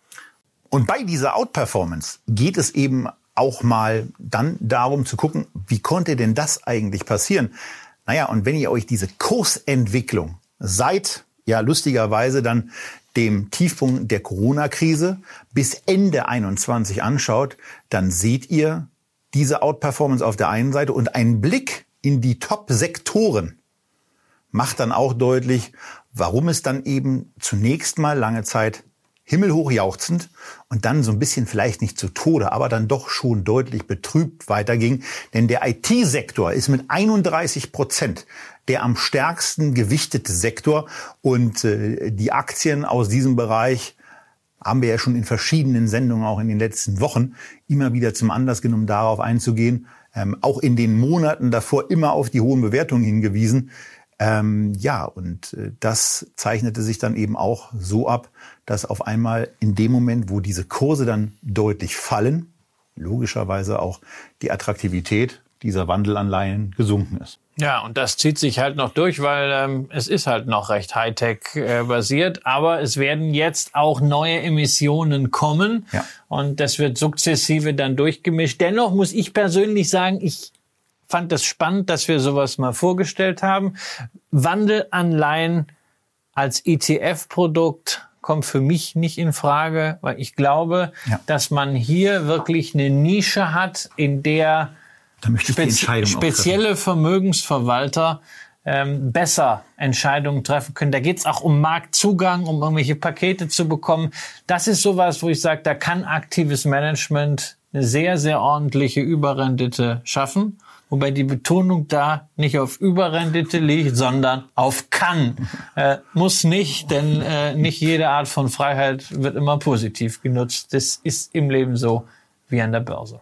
Speaker 2: Und bei dieser Outperformance geht es eben auch mal dann darum zu gucken, wie konnte denn das eigentlich passieren? Naja, und wenn ihr euch diese Kursentwicklung seit, ja lustigerweise dann dem Tiefpunkt der Corona-Krise bis Ende einundzwanzig anschaut, dann seht ihr diese Outperformance auf der einen Seite, und ein Blick in die Top-Sektoren macht dann auch deutlich, warum es dann eben zunächst mal lange Zeit himmelhoch jauchzend und dann so ein bisschen vielleicht nicht zu Tode, aber dann doch schon deutlich betrübt weiterging. Denn der I T-Sektor ist mit einunddreißig Prozent der am stärksten gewichtete Sektor, und äh, die Aktien aus diesem Bereich haben wir ja schon in verschiedenen Sendungen, auch in den letzten Wochen, immer wieder zum Anlass genommen, darauf einzugehen. Ähm, auch in den Monaten davor immer auf die hohen Bewertungen hingewiesen. Ähm, ja, und äh, das zeichnete sich dann eben auch so ab, dass auf einmal in dem Moment, wo diese Kurse dann deutlich fallen, logischerweise auch die Attraktivität dieser Wandelanleihen gesunken ist.
Speaker 3: Ja, und das zieht sich halt noch durch, weil ähm, es ist halt noch recht Hightech äh, basiert, aber es werden jetzt auch neue Emissionen kommen, ja. Und das wird sukzessive dann durchgemischt. Dennoch muss ich persönlich sagen, ich fand das spannend, dass wir sowas mal vorgestellt haben. Wandelanleihen als E T F-Produkt kommt für mich nicht in Frage, weil ich glaube, ja. dass man hier wirklich eine Nische hat, in der
Speaker 2: Da möchte ich die Entscheidung
Speaker 3: spezielle Vermögensverwalter ähm, besser Entscheidungen treffen können. Da geht es auch um Marktzugang, um irgendwelche Pakete zu bekommen. Das ist sowas, wo ich sage, da kann aktives Management eine sehr, sehr ordentliche Überrendite schaffen. Wobei die Betonung da nicht auf Überrendite liegt, sondern auf kann. Äh, muss nicht, denn äh, nicht jede Art von Freiheit wird immer positiv genutzt. Das ist im Leben so wie an der Börse.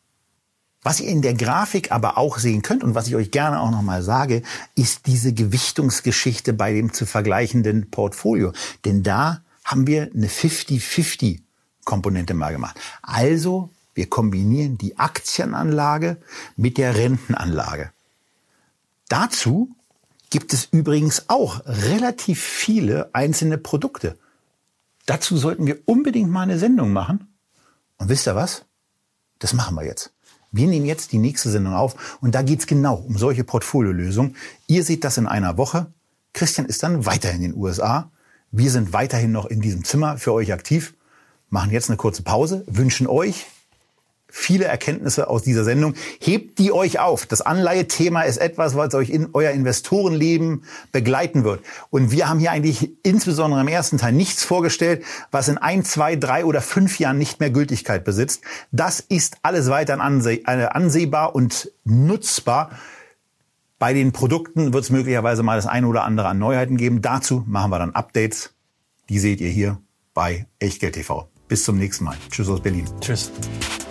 Speaker 2: Was ihr in der Grafik aber auch sehen könnt und was ich euch gerne auch nochmal sage, ist diese Gewichtungsgeschichte bei dem zu vergleichenden Portfolio. Denn da haben wir eine fünfzig fünfzig Komponente mal gemacht. Also wir kombinieren die Aktienanlage mit der Rentenanlage. Dazu gibt es übrigens auch relativ viele einzelne Produkte. Dazu sollten wir unbedingt mal eine Sendung machen. Und wisst ihr was? Das machen wir jetzt. Wir nehmen jetzt die nächste Sendung auf und da geht's genau um solche Portfoliolösungen. Ihr seht das in einer Woche. Christian ist dann weiterhin in den U S A. Wir sind weiterhin noch in diesem Zimmer für euch aktiv. Machen jetzt eine kurze Pause, wünschen euch viele Erkenntnisse aus dieser Sendung. Hebt die euch auf. Das Anleihethema ist etwas, was euch in euer Investorenleben begleiten wird. Und wir haben hier eigentlich insbesondere im ersten Teil nichts vorgestellt, was in ein, zwei, drei oder fünf Jahren nicht mehr Gültigkeit besitzt. Das ist alles weiterhin anseh- ansehbar und nutzbar. Bei den Produkten wird es möglicherweise mal das eine oder andere an Neuheiten geben. Dazu machen wir dann Updates. Die seht ihr hier bei Echtgeld T V. Bis zum nächsten Mal. Tschüss aus Berlin.
Speaker 3: Tschüss.